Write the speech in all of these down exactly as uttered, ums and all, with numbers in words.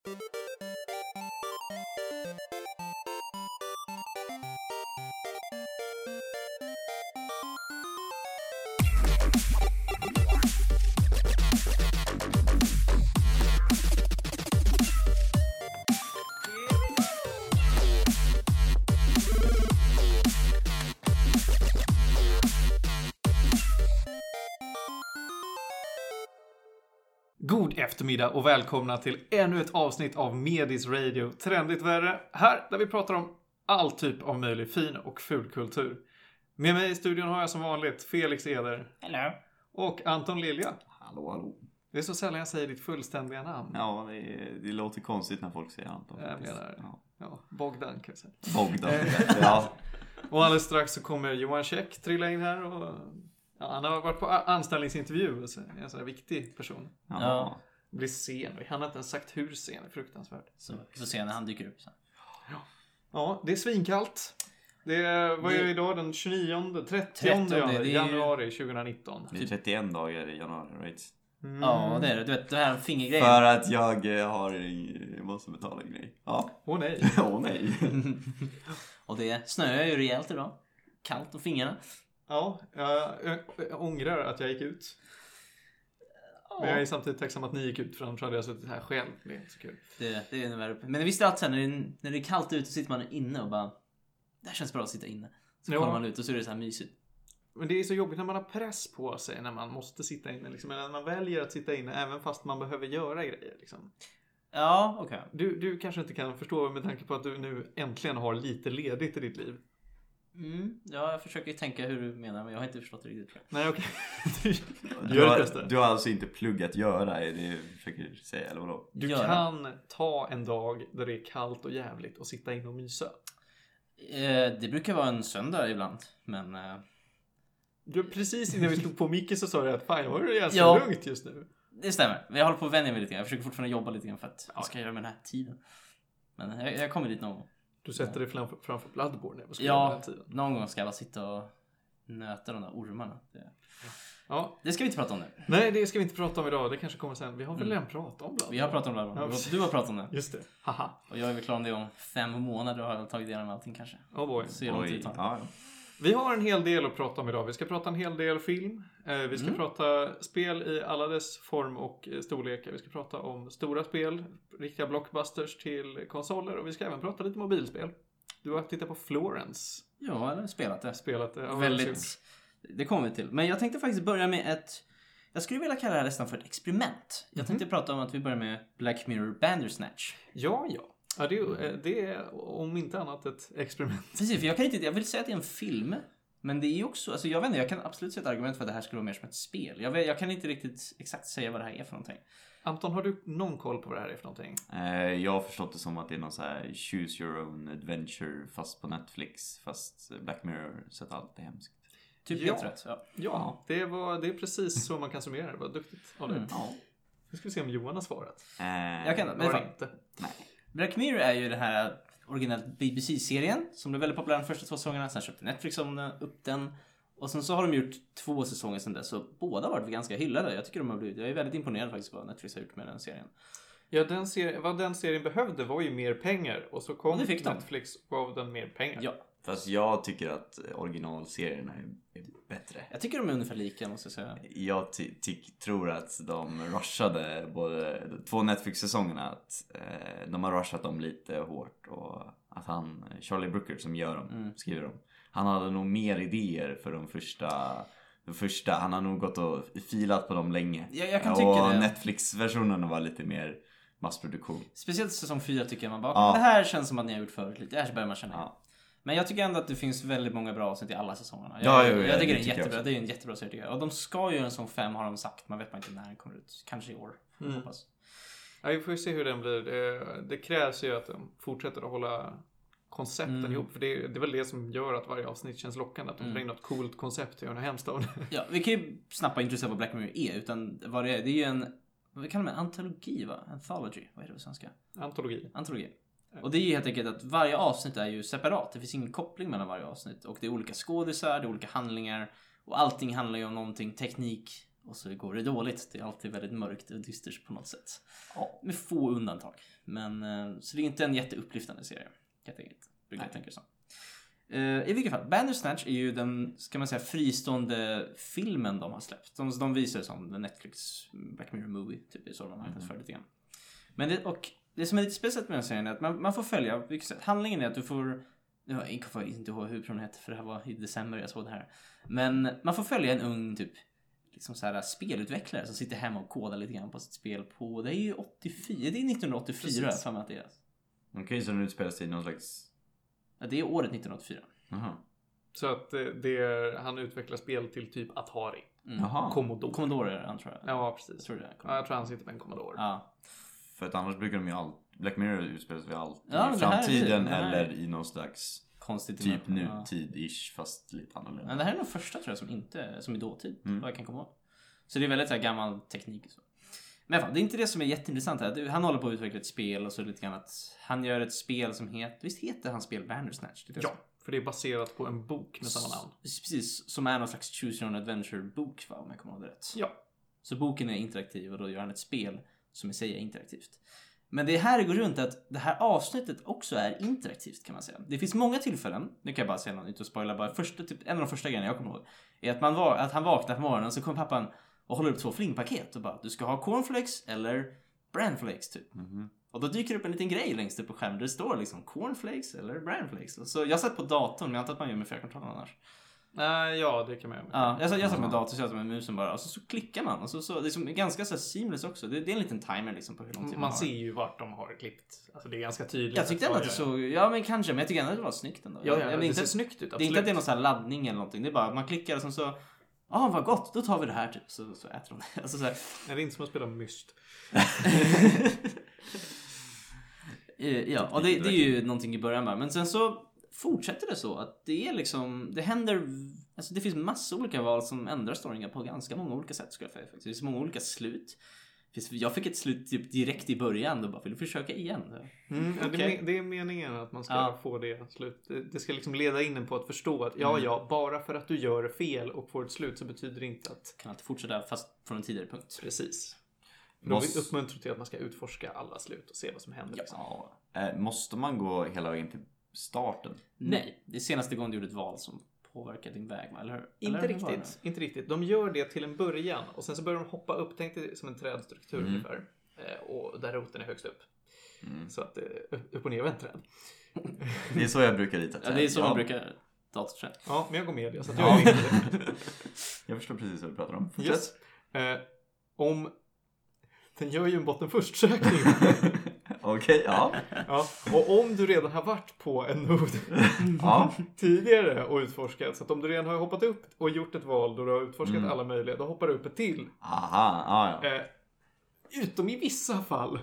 God eftermiddag och välkomna till ännu ett avsnitt av Medis Radio Trendigt Värre. Här där vi pratar om all typ av möjlig fin och ful kultur. Med mig i studion har jag som vanligt Felix Eder. Hello. Och Anton Lilja. Hallå, hallå. Det är så sällan jag säger ditt fullständiga namn. Ja, det, det låter konstigt när folk säger Anton. Jag menar, ja. ja, Bogdan kan jag säga. Bogdan, ja. Och alldeles strax så kommer Johan Käck trilla in här och... Ja, han har varit på anställningsintervju, så en sån här viktig person. Ja. Ja. Blir sen, han har inte ens sagt hur sen, är fruktansvärt. Så vi får se när han dyker upp sen. Ja, ja det är svinkallt. Det är, vad är det idag? Den tjugonionde, trettionde, trettionde januari tjugonitton. Det är trettioen dagar i januari, right? Mm. Ja, det är det. Du vet, det här fingergrejen. För att jag har, jag måste betala en grej. Ja. Åh nej. Åh nej. Och det snöar ju rejält idag. Kallt och fingrarna. Ja, jag, jag, jag ångrar att jag gick ut. Men jag är samtidigt tacksam att ni gick ut, för annars hade jag suttit här själv. Det är inte så kul. Det, det är ännu värre. Men jag visste alltid sen, när det, när det är kallt ute så sitter man inne och bara... Det här känns bra att sitta inne. Så ja. kollar man ut och så är det så här mysigt. Men det är så jobbigt när man har press på sig, när man måste sitta inne. Liksom. När man väljer att sitta inne, även fast man behöver göra grejer. Liksom. Ja, okej. Okay. Du, du kanske inte kan förstå med tanke på att du nu äntligen har lite ledigt i ditt liv. Mm, ja, jag försöker tänka hur du menar, men jag har inte förstått det riktigt. Nej, okej. Okay. du, du, har, du har alltså inte pluggat göra, är det du försöker säga, eller vadå? Du göra. kan ta en dag där det är kallt och jävligt och sitta in och mysa. Eh, det brukar vara en söndag ibland, men... Eh... Du, precis innan vi slog på Micke så sa du att fan, var det ganska ja, lugnt just nu. Det stämmer. Jag håller på att vänja mig lite grann. Jag försöker fortfarande jobba lite grann för att jag ska göra med den här tiden. Men jag, jag kommer dit någon gång. Du sätter dig framför, framför Bloodborne. Ja, någon gång ska jag sitta och nöta de där ormarna. Det, ja. Det ska vi inte prata om nu. Nej, det ska vi inte prata om idag. Det kanske kommer sen. Vi har väl mm. redan pratat om Bloodborne. Vi har pratat om Bloodborne. Ja, du har pratat om det. Just det. Haha. Och jag är väl klar om det om fem månader. Har jag tagit igenom allting kanske. Oh boy. Så lång tid tar. Ja, ja. Vi har en hel del att prata om idag. Vi ska prata en hel del film. Vi ska mm. prata spel i alla dess form och storlekar. Vi ska prata om stora spel, riktiga blockbusters till konsoler. Och vi ska även prata lite mobilspel. Du har tittat på Florence. Ja, eller spelat det. Spelat det. Ja, väldigt. Det kommer vi till. Men jag tänkte faktiskt börja med ett... Jag skulle vilja kalla det här nästan för ett experiment. Jag tänkte mm. prata om att vi börjar med Black Mirror Bandersnatch. Ja, ja. Ja, det är, det är om inte annat ett experiment. Precis, för jag kan inte, jag vill säga att det är en film, men det är ju också, alltså jag vet inte, jag kan absolut se ett argument för att det här skulle vara mer som ett spel. Jag, vet, jag kan inte riktigt exakt säga vad det här är för någonting. Anton, har du någon koll på vad det här är för någonting? Eh, jag har förstått det som att det är någon så här choose your own adventure fast på Netflix, fast Black Mirror så att allt är hemskt. Typ ja. helt rätt. Ja, ja det, var, det är precis så man kan summera det. Vad duktigt av det. Mm. Ja. Nu ska vi se om Johan har svarat. Eh, jag kan men fan inte. Nej. Black Mirror är ju den här originellt B B C-serien som blev väldigt populär de första två säsongerna. Sen köpte Netflix upp den. Och sen så har de gjort två säsonger sedan dess. Så båda har varit ganska hyllade. Jag tycker de har blivit, jag är väldigt imponerad faktiskt vad Netflix har gjort med den serien. Ja, den serien, vad den serien behövde var ju mer pengar. Och så kom och Netflix och gav den mer pengar. Ja. Fast jag tycker att originalserierna är, är bättre. Jag tycker de är ungefär lika, måste jag säga. Jag ty- ty- tror att de rushade både två Netflix-säsongerna. Att eh, de har rushat dem lite hårt. Och att han, Charlie Brooker som gör dem, mm. skriver dem. Han hade nog mer idéer för de första... De första, han har nog gått och filat på dem länge. Ja, jag kan tycka och det. Netflix-versionen var lite mer massproduktion. Speciellt säsong fyra tycker jag man bara, ja. det här känns som att ni har gjort förut lite. Det här börjar man känna. Ja. Men jag tycker ändå att det finns väldigt många bra avsnitt i alla säsongerna. Jag, ja, jo, jag, ja, jag tycker det det är tycker jättebra. jag det är en jättebra serie tycker jag. Och de ska ju en säsong fem har de sagt. Man vet man inte när den kommer ut. Kanske i år. Mm. Hoppas. Ja, vi får ju se hur den blir. Det, det krävs ju att de fortsätter att hålla koncepten mm. ihop. För det, det är väl det som gör att varje avsnitt känns lockande. Att de mm. får in något coolt koncept och gör något hemskt av det. Ja, vi kan ju snabbt intressera vad Black Mirror är. Utan vad det är, det är ju en, vad kallar man, antologi va? Anthology, vad är det på svenska? Antologi. Antologi. Och det är ju helt enkelt att varje avsnitt är ju separat. Det finns ingen koppling mellan varje avsnitt. Och det är olika skådisar, det är olika handlingar. Och allting handlar ju om någonting teknik och så går det dåligt. Det är alltid väldigt mörkt och dystert på något sätt. Ja. Med få undantag. Men, eh, så det är inte en jätteupplyftande serie. Helt enkelt. Brukar jag tänka så. Uh, I vilket fall, Bandersnatch är ju den, ska man säga, fristående filmen de har släppt. De, de visar det som den Netflix Black Mirror Movie, typ i så de marknadsför lite grann. Men det, och det som är lite speciellt med den serien är att man, man får följa, vilket sätt, handlingen är att du får, jag kommer inte ihåg hur personen heter för det här var i december jag såg det här. Men man får följa en ung typ, liksom så här spelutvecklare som sitter hemma och kodar lite grann på sitt spel på, det är ju åttiofyra, det är nittonhundraåttiofyra för mig att det är. Okej, okay, så den utspelar sig i någon slags... Ja, det är året nittonhundraåttiofyra. Jaha. Så att det, det är, han utvecklar spel till typ Atari. Mm. Jaha. Commodore. Commodore är det, han tror jag. Ja, precis. Jag tror, det ja, jag tror han sitter med en Commodore. Ja. För att annars brukar de ju allt... Black Mirror utspelas vid allt Ja, i framtiden är, eller i någon slags konstigt typ med, nutid-ish fast lite annorlunda. Men det här är nog första tror jag som inte som i dåtid, mm. vad jag kan komma ihåg. Så det är väldigt så här, gammal teknik och så. Men i alla fall, det är inte det som är jätteintressant här. Han håller på att utveckla ett spel och så lite grann att han gör ett spel som heter, visst heter han spel Bandersnatch? Det är det ja, som... för det är baserat på en bok med samma namn. Precis, som är någon slags Choose Your Own Adventure-bok, va, om jag kommer ihåg det rätt. Ja. Så boken är interaktiv och då gör han ett spel som i sig är interaktivt. Men det här går runt att det här avsnittet också är interaktivt kan man säga. Det finns många tillfällen, nu kan jag bara säga något, inte att spoila, bara första, typ, en av de första grejerna jag kommer ihåg är att, man var, att han vaknar på morgonen och så kommer pappan och håller upp två flingpaket och bara, du ska ha cornflakes eller branflakes typ. Mm-hmm. Och då dyker upp en liten grej längst upp på skärmen där det står liksom cornflakes eller branflakes. Så jag satt på datorn, men jag antar att man gör med fjärrkontrollen annars. Uh, ja, det kan man göra. Ja, jag satt, jag satt med datorn, så jag satt med musen bara. Och så, så klickar man. Och så, så, det är som, ganska så här seamless också. Det, det är en liten timer liksom på hur lång tid man, man har. ser ju vart de har klippt. Alltså det är ganska tydligt. Jag tyckte ändå att det såg... Ja, men kanske. Men jag tycker ändå att det var snyggt ändå. Ja, ja, jag, det inte, ser snyggt ut. Absolut. Det är inte att det är någon så här laddning eller någonting. Det är bara, man klickar och sen så... Ja, ah, vad gott. Då tar vi det här typ. Så, så äter de det. Alltså så här. Är det inte som att spela Myst? Ja, och det, det är ju någonting i början bara. Men sen så fortsätter det så att det är liksom, det händer, alltså det finns massa olika val som ändrar storyn på ganska många olika sätt skulle jag säga faktiskt. Det finns många olika slut. Jag fick ett slut typ direkt i början och bara, vill du försöka igen? Mm, ja, okay. det, det är meningen att man ska ja. få det slut. Det, det ska liksom leda in en på att förstå att ja, mm. ja, bara för att du gör fel och får ett slut så betyder det inte att... Kan alltid fortsätta fast från en tidigare punkt. Precis. Måste... De uppmuntrar till att man ska utforska alla slut och se vad som händer. Ja. Liksom. Ja. Måste man gå hela vägen till starten? Nej, det är senaste gången du gjorde ett val som påverkar din väg, eller hur? Inte eller riktigt, inte riktigt. De gör det till en början och sen så börjar de hoppa upp, tänk dig som en trädstruktur mm. ungefär. Och där roten är högst upp. Mm. Så att det är upp och ner av en träd. Det är så jag brukar rita träd. Ja, det är så ja. man brukar datorträd. Ja, men jag går med det. Så att jag, är jag förstår precis vad du pratar om. Yes. Eh, om den gör ju en botten först-sökning. Okej, okay, ja. ja. Och om du redan har varit på en nod ja. tidigare och utforskat. Så att om du redan har hoppat upp och gjort ett val då du har utforskat mm. alla möjliga, då hoppar du upp ett till. Aha, ah, ja. Eh, utom i vissa fall.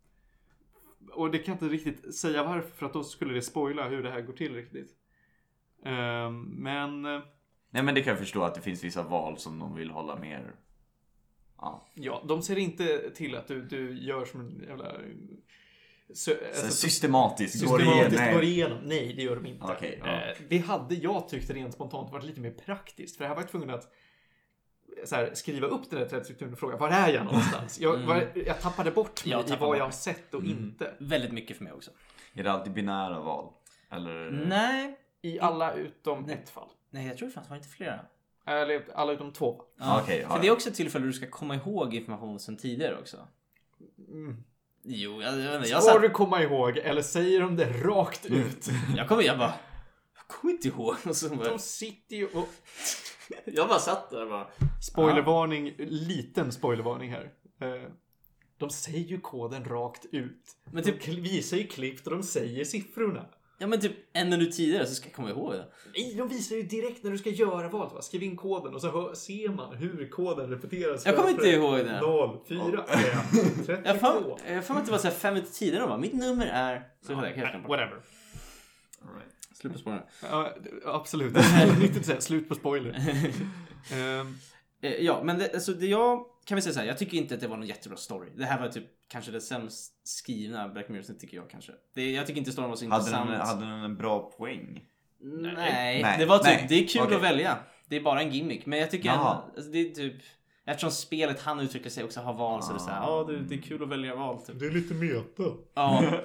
Och det kan jag inte riktigt säga varför, för att då skulle det spoila hur det här går till riktigt. Eh, men... Nej, men det kan jag förstå att det finns vissa val som de vill hålla mer... Ja, ja de ser inte till att du, du gör som en jävla... Så, alltså, systematiskt, systematiskt går, går igenom. Nej, det gör de inte. Okay, ja. eh, det hade jag tyckt rent spontant varit lite mer praktiskt. För här var jag tvungen att så här, skriva upp den här trädstrukturen och fråga, var är jag någonstans? Jag, mm. var, jag tappade bort mig jag i vad jag har sett och mm. inte. Väldigt mycket för mig också. Är det alltid binära val? Eller? Nej. I alla utom Nej. ett fall. Nej, jag tror det fanns var inte flera. Eller alla utom två. Ja. Okay, ja. För det är också ett tillfälle där du ska komma ihåg information sen tidigare också. Mm. Jo, jag, jag, jag, Ska satt... du komma ihåg eller säger de det rakt ut? jag kommer jag bara jag kommer inte ihåg och så bara... De sitter ju och jag bara satt där bara spoilervarning, ja. Liten spoilervarning här. De säger ju koden rakt ut. Men typ de visar ju klipp och de säger siffrorna. Ja, men typ en minut tidigare så ska jag komma ihåg det. Nej, de visar ju direkt när du ska göra valet. Va? Skriv in koden och så hör, ser man hur koden repeteras. Jag kommer inte ihåg det. noll, fyra, fem, trettiotvå. Jag får, jag får inte vara så här fem minuter tidigare. Va? Mitt nummer är... Så ja, jag nej, whatever. All right. Slut på spoiler. Ja, absolut. Nyttigt att säga. Slut på spoiler. um. Ja, men det, alltså det jag kan vi säga så här, jag tycker inte att det var någon jättebra story. Det här var typ kanske det sämst skrivna Black Mirror, tycker jag kanske. Det, jag tycker inte storyn var så hade intressant. Den, hade den en bra poäng? Nej, nej. det var typ, nej. det är kul okay. att välja. Det är bara en gimmick, men jag tycker en, alltså det är typ eftersom spelet han utvecklar sig också har val så det är så här, ja det, det är kul att välja val typ. Det är lite meta. Ja.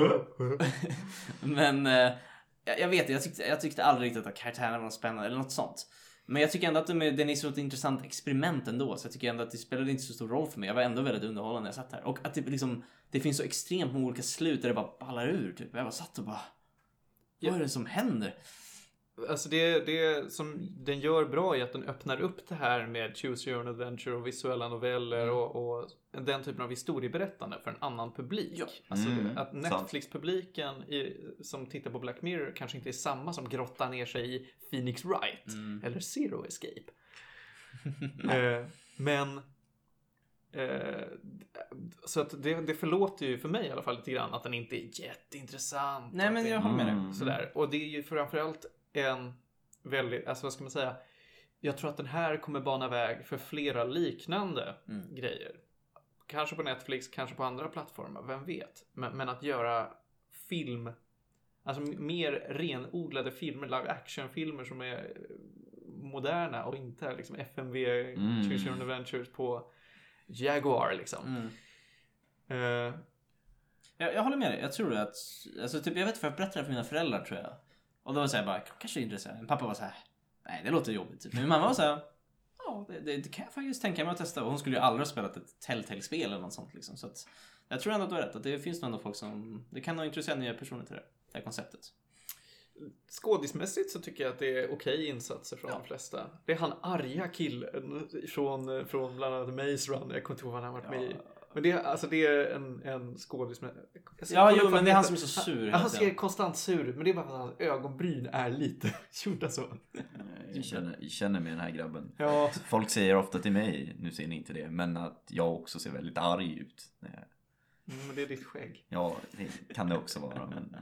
Men eh, jag, jag vet jag tyckte, jag tyckte aldrig riktigt att karaktärerna var spännande eller något sånt. Men jag tycker ändå att de, den är så ett intressant experiment ändå. Så jag tycker ändå att det spelade inte så stor roll för mig. Jag var ändå väldigt underhållande när jag satt här. Och att det liksom, det finns så extremt många olika slut där det bara ballar ur typ. Jag bara satt och bara, vad är det som händer? Alltså det, det som den gör bra är att den öppnar upp det här med Choose Your Own Adventure och visuella noveller mm. och, och den typen av historieberättande för en annan publik. Ja. Alltså mm, det, att Netflix-publiken i, som tittar på Black Mirror kanske inte är samma som grottar ner sig i Phoenix Wright mm. eller Zero Escape. eh, men eh, så att det, det förlåter ju för mig i alla fall lite grann att den inte är jätteintressant. Nej men jag har med det. Sådär. Och det är ju framförallt en väldigt, alltså vad ska man säga, jag tror att den här kommer bana väg för flera liknande mm. grejer. Kanske på Netflix, kanske på andra plattformar, vem vet. Men, men att göra film, alltså mer renodlade filmer, live action filmer som är moderna och inte liksom F M V, mm. Choose Your Own Adventures på Jaguar liksom. Mm. Uh, jag, jag håller med dig, jag tror att, alltså typ jag vet för jag berättade för mina föräldrar tror jag. Och då var det så här bara, kanske intressant. Min pappa var så här, nej det låter jobbigt typ. Men min mamma var så här, ja det, det, det kan jag faktiskt tänka mig att testa. Och hon skulle ju aldrig ha spelat ett Telltale-spel eller något sånt liksom. Så att jag tror ändå att du har rätt. Att det finns nog ändå folk som, det kan nog intressera nya personer till det, det här konceptet. Skådismässigt så tycker jag att det är okej insatser från ja. de flesta. Det är han arga killen från, från bland annat Maze Runner. Jag kommer inte ihåg vad han har varit ja. med i. Men det, alltså det är en, en skådis med... Ja, jo, men det är han som är så sur. Han, han ser konstant sur ut, men det är bara för att hans ögonbryn är lite gjorda så. Jag känner, jag känner med den här grabben. Ja. Folk säger ofta till mig, nu ser ni inte det, men att jag också ser väldigt arg ut. Mm, men det är ditt skägg. Ja, det kan det också vara. Men...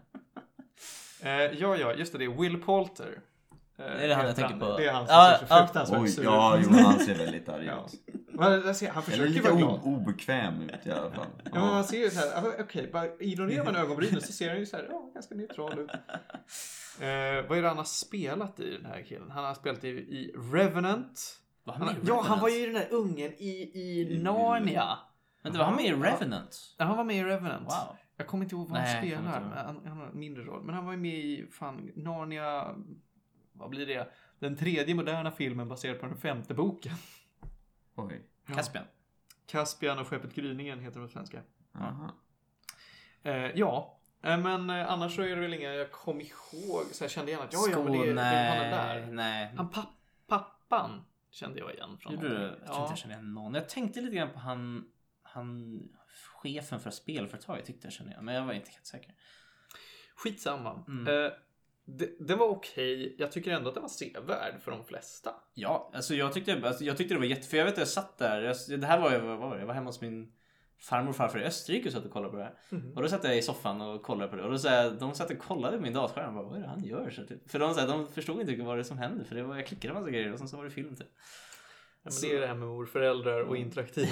eh, ja, ja, just det, det är Will Poulter. Det är det han jag tänker på. Det är han som ah, ser så fruktansvärt ah, sur ut. Ja, jo, han ser väldigt arg ja. ut. Man, ser, han försöker lite o- obekväm ut i alla fall. Ja, men man ser ju så här, okej, okay, bara ignorerar man ögonbrynen så ser han ju så här, ja, ganska neutral ut. Eh, vad är det han har spelat i den här killen? Han har spelat i, i Revenant. Var han med i Revenant? Ja, han var ju den där ungen i, i Narnia. Men det var han med i Revenant? Ja, han var med i Revenant. Wow. Jag kommer inte ihåg vad Nej, han spelar. Han, han har en mindre roll. Men han var ju med i fan, Narnia... Vad blir det? Den tredje moderna filmen baserad på den femte boken. Oj. Ja. Caspian. Caspian och Skeppet Gryningen heter det på svenska. Aha. Eh, ja, men eh, annars så är det väl inga jag kom ihåg. Så jag kände igen att ja, ja, men det, Skål, det är han är där. Nej. Han papp, pappan kände jag igen från. Gjorde du? Jag tror inte jag kände igen någon. Jag tänkte lite grann på han, han chefen för spelföretaget tyckte jag kände igen. Men jag var inte helt säker. Skitsamma. Mm. Eh, Det, det var okej. Jag tycker ändå att det var sevärd för de flesta. Ja, alltså jag tyckte, alltså jag tyckte det var jätte... För jag vet att jag satt där. Jag, det här var, vad var det? Jag var hemma hos min farmor och farfar i Österrike och satt och kollade på det här. Mm. Och då satt jag i soffan och kollade på det. Och då så här, de satt och kollade på min datorskärm. Bara, vad är det han gör? Så typ. För de, så här, de förstod inte vad det som hände. För det var, jag klickade en massa grejer och sen så var det film typ. Ja, men det är det här med morföräldrar och interaktiv.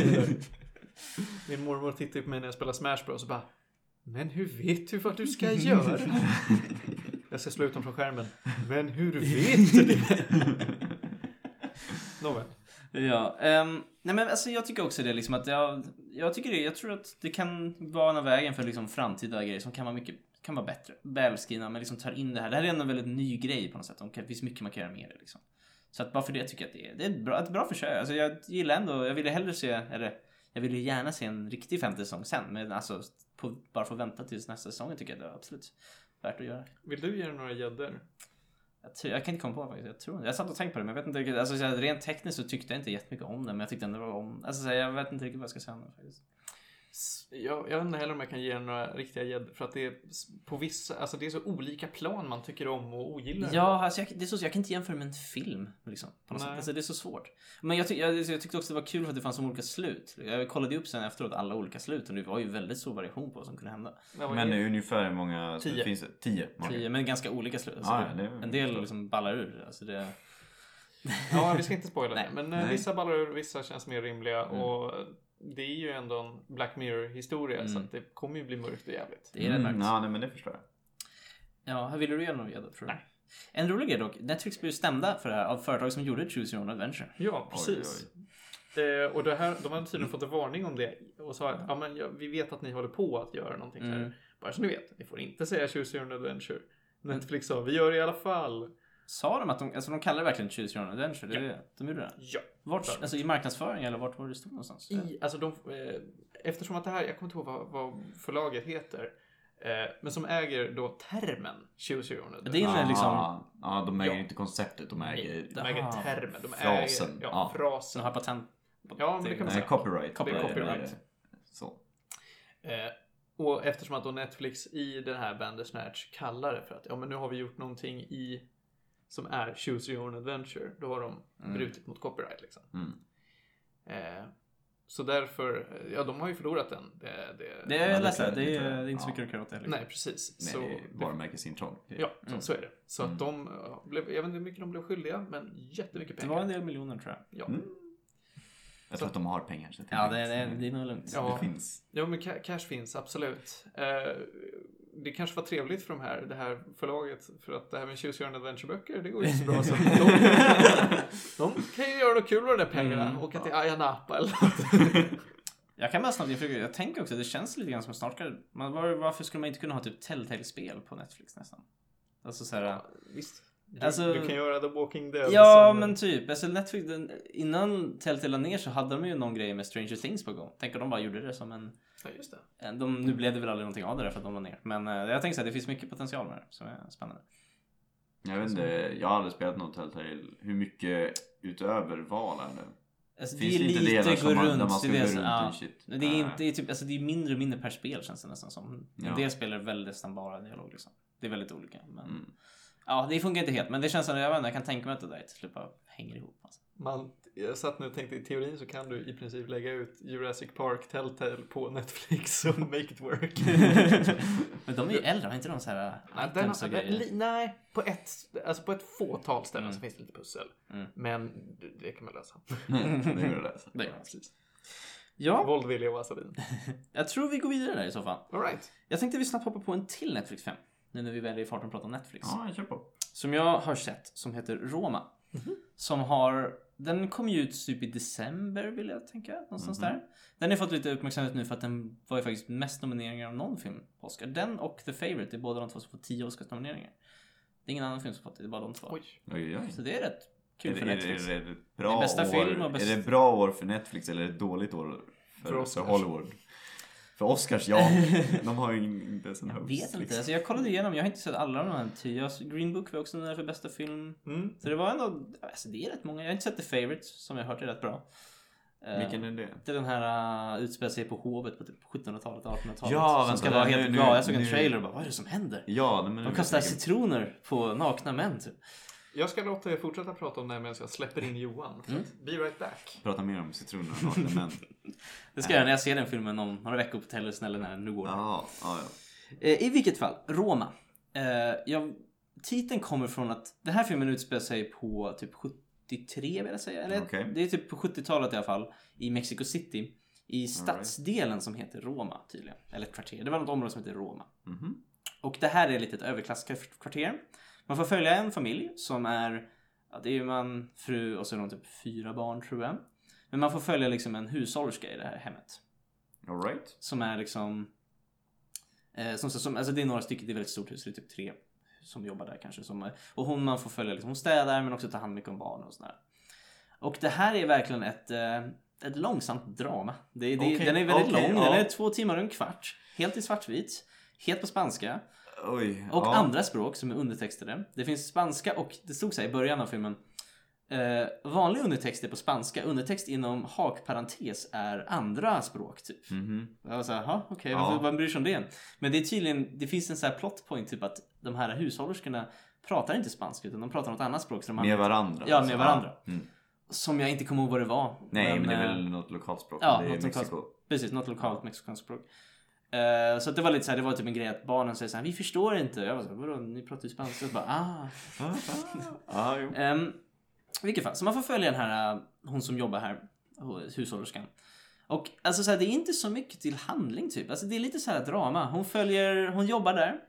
Min mormor tittade på mig när jag spelade Smash Bros. Och bara, men hur vet du vad du ska göra? Jag ska slå ut dem från skärmen. Men hur vet du det? Nåväl. Ja, um, nej men alltså jag tycker också det liksom att jag, jag tycker det, jag tror att det kan vara en vägen för liksom framtida grejer som kan vara mycket, kan vara bättre, välskrivna, men liksom tar in det här. Det här är ändå en väldigt ny grej på något sätt. Det finns mycket man kan göra med det liksom. Så att bara för det tycker jag att det är, det är ett bra, ett bra försök. Alltså jag gillar ändå, jag ville hellre se, eller jag ville gärna se en riktig femte säsong sen, men alltså på, bara få vänta tills nästa säsong tycker jag det är absolut värt att göra. Vill du ge några gäddor? Jag, tror, jag kan inte komma på faktiskt. Jag tror jag satt och tänkte på det, men jag vet inte riktigt. Alltså rent tekniskt så tyckte jag inte jättemycket om det, men jag tyckte ändå det var om. Alltså jag vet inte riktigt vad jag ska säga om det faktiskt. Jag, jag vet inte heller om jag kan ge några riktiga gäddor, för att det är på vissa, alltså det är så olika plan man tycker om och ogillar. Ja, alltså jag, det är så, jag kan inte jämföra med en film liksom, på något sätt. Alltså det är så svårt. Men jag, ty, jag, jag tyckte också det var kul för att det fanns så olika slut. Jag kollade upp sen efteråt alla olika slut och det var ju väldigt stor variation på vad som kunde hända. Men det är ungefär hur många tio. Finns det? Tio. Tio, men ganska olika slut. Alltså ah, det, ja, det en del liksom ballar ur. Alltså det... Ja, vi ska inte spoila Nej. det. Men Nej. vissa ballar ur, vissa känns mer rimliga mm. och det är ju ändå en Black Mirror-historia mm. så att det kommer ju bli mörkt och jävligt. Det är det mm, ja, nej, men det förstår jag. Ja, här vill du göra något gäddor, tror du? Nej. En rolig grej dock, Netflix blev stämda för det här av företag som gjorde Choose Your Own Adventure. Ja, precis. Oj, oj. Eh, och det här, de hade tydligen fått en varning om det och sa att ja, men, ja, vi vet att ni håller på att göra någonting mm. här. Bara så ni vet, ni får inte säga Choose Your Own Adventure. Netflix sa, vi gör det i alla fall. Sa de att de, alltså de kallar det verkligen Choose Your Own Adventure? Det är ja. det, de gjorde det? Ja. Vart, alltså i marknadsföring eller vart var det stod någonstans? I, alltså de, eh, eftersom att det här, jag kommer inte ihåg vad, vad förlaget heter. Eh, men som äger då termen Choose Your Own Adventure. Det är liksom... Ja, ja, de äger ja. inte konceptet, de äger... Nej, de äger termen. De frasen. Äger, ja, ja. frasen. De har patent. Ja, men det kan man säga. Copyright. Copyright. copyright. Så. Eh, och eftersom att då Netflix i den här Bandersnatch kallar det för att ja, men nu har vi gjort någonting i som är Choose Your Own Adventure, då har de mm. brutit mot copyright liksom. Mm. Eh, så därför, ja de har ju förlorat den. Det, det, det är jag läst, det är, det är inte så mycket att kräva åt det. Liksom. Nej, precis. Nej, så, det är varumärkesintrång. Ja, mm. så är det. Så mm. att de blev, jag vet inte hur mycket de blev skyldiga, men jättemycket pengar. Det var en del miljoner tror jag. Ja. Mm. Jag tror att de har pengar. Så ja, det är, det är nog lugnt. Ja, det finns. Ja, men cash finns, absolut. Eh, det kanske var trevligt för de här, det här förlaget, för att det här med Choose Your Own Adventure-böcker, det går ju så bra. Så de, de kan ju göra något kul med de där pengarna. Mm, åka till Ayia Napa eller något. Jag kan bara snabbt inflika. Jag tänker också att det känns lite grann som snart man, var, varför skulle man inte kunna ha typ Telltale-spel på Netflix nästan? Alltså så här, ja, visst. Du, alltså, du kan göra The Walking Dead. Ja, som, men typ. Alltså Netflix, den, innan Telltale la ner så hade de ju någon grej med Stranger Things på gång. Tänk om de bara gjorde det som en... Ja, just det. En, de, nu blev det väl aldrig någonting av det där för att de la ner. Men uh, jag tänker så här, det finns mycket potential med det som är spännande. Jag vet inte, jag har aldrig spelat något Telltale. Hur mycket utöver val är det? Alltså, finns det är inte lite som gå man, runt. där man ska det är, gå runt ja, och shit. Det är inte, det är typ, alltså det är mindre och mindre per spel känns det nästan som. Ja. En del spelar väldigt nästan bara dialog liksom. Det är väldigt olika. Men... Mm. Ja, det funkar inte helt. Men det känns som att jag, vet inte, jag kan tänka mig att det där till slut bara hänger ihop. Alltså. Man, jag satt nu och tänkte i teorin så kan du i princip lägga ut Jurassic Park Telltale på Netflix och make it work. Men de är ju äldre, har inte de så här nej, items och grejer? Li, nej, på ett, alltså på ett fåtal ställen mm. så finns det lite pussel. Mm. Men det, det kan man lösa. det går att lösa. Det går precis. Ja. Våld, vilja och vaselin. Jag tror vi går vidare där i så fall. All right. Jag tänkte vi snabbt hoppa på en till Netflix fem. Nu när vi väljer i farten att prata om Netflix. Ja, jag kör på. Som jag har sett, som heter Roma. Mm-hmm. Som har, den kom ju ut typ i december vill jag tänka, någonstans mm-hmm. där. Den har fått lite uppmärksamhet nu för att den var ju faktiskt mest nomineringar av någon film på Oscar. Den och The Favourite, det är båda de två som får tio Oscars-nomineringar. Det är ingen annan film som fått det, det är bara de två. Oj. Oj, oj. Så det är rätt kul är, för Netflix. Är det, är det, bra det är bästa år, film och bäst... Är det bra år för Netflix eller är det dåligt år för, för, för Hollywood? För Oscars, ja. De har ju inte ens en jag host. vet inte. Liksom. Alltså jag kollade igenom. Jag har inte sett alla de här tio. Green Book var också den där för bästa film. Mm. Så det var ändå... Alltså det är rätt många. Jag har inte sett The Favourite som jag har hört är rätt bra. Vilken är det? Det är den här uh, utspelar sig på hovet på typ sjuttonhundratalet, artonhundratalet. Ja, som ska vänta, vara nu, helt nu, bra. Jag såg nu, en trailer och bara, vad är det som händer? Ja, men de kastar citroner på nakna män typ. Jag ska låta er fortsätta prata om det här medan jag släpper in Johan. Mm. Be right back. Prata mer om citroner och nakna män. Det ska jag när jag ser den filmen om några veckor på Tellusnäll när nu går den. Ja, ja, ja. I vilket fall, Roma. Eh, jag, titeln kommer från att den här filmen utspelar sig på typ sjuttiotre vill jag säga. Eller, okay. Det är typ på sjuttiotalet i alla fall. I Mexico City. I stadsdelen right. som heter Roma tydligen. Eller ett kvarter. Det var något område som heter Roma. Mm-hmm. Och det här är lite ett överklasskvarter. Man får följa en familj som är... Ja, det är ju man, fru och så är de typ fyra barn tror jag. Men man får följa liksom en hushållerska i det här hemmet. All right. Som är liksom... Eh, som, som, alltså det är några stycken, det är väldigt stort hus. Det är typ tre som jobbar där kanske. Som, och hon man får följa, liksom, hon städar men också tar hand mycket om barn och sådär. Och det här är verkligen ett, eh, ett långsamt drama. Det, det, okay. Den är väldigt okay, lång, ja. Den är två timmar och en kvart. Helt i svartvit. Helt på spanska. Oj, och ja. andra språk som är undertextade. Det finns spanska och det stod så här i början av filmen. Eh, vanlig undertext är på spanska. Undertext inom hakparentes är andra språk typ. Mm-hmm. Jag var så här, okej, okay, ja. vad bryr sig om det? Men det är tydligen, det finns en så här plot point typ att de här hushållerskorna pratar inte spanska utan de pratar något annat språk. Som med varandra. Ja, med varandra. Mm. Som jag inte kommer ihåg vad det var. Nej, men, men det är väl något lokalt språk. Ja, det är något Mexiko. Lokalt, precis, något lokalt mexikansk språk. Uh, så det var lite så här, det var typ en grej att barnen säger så här, vi förstår inte. Jag var så här, vadå, ni pratar ju spanska. Och bara, ah. ah jo. Um, I vilket fall, så man får följa den här, uh, hon som jobbar här, hushållerskan. Och alltså så här, det är inte så mycket till handling typ. Alltså det är lite så här drama. Hon följer, hon jobbar där.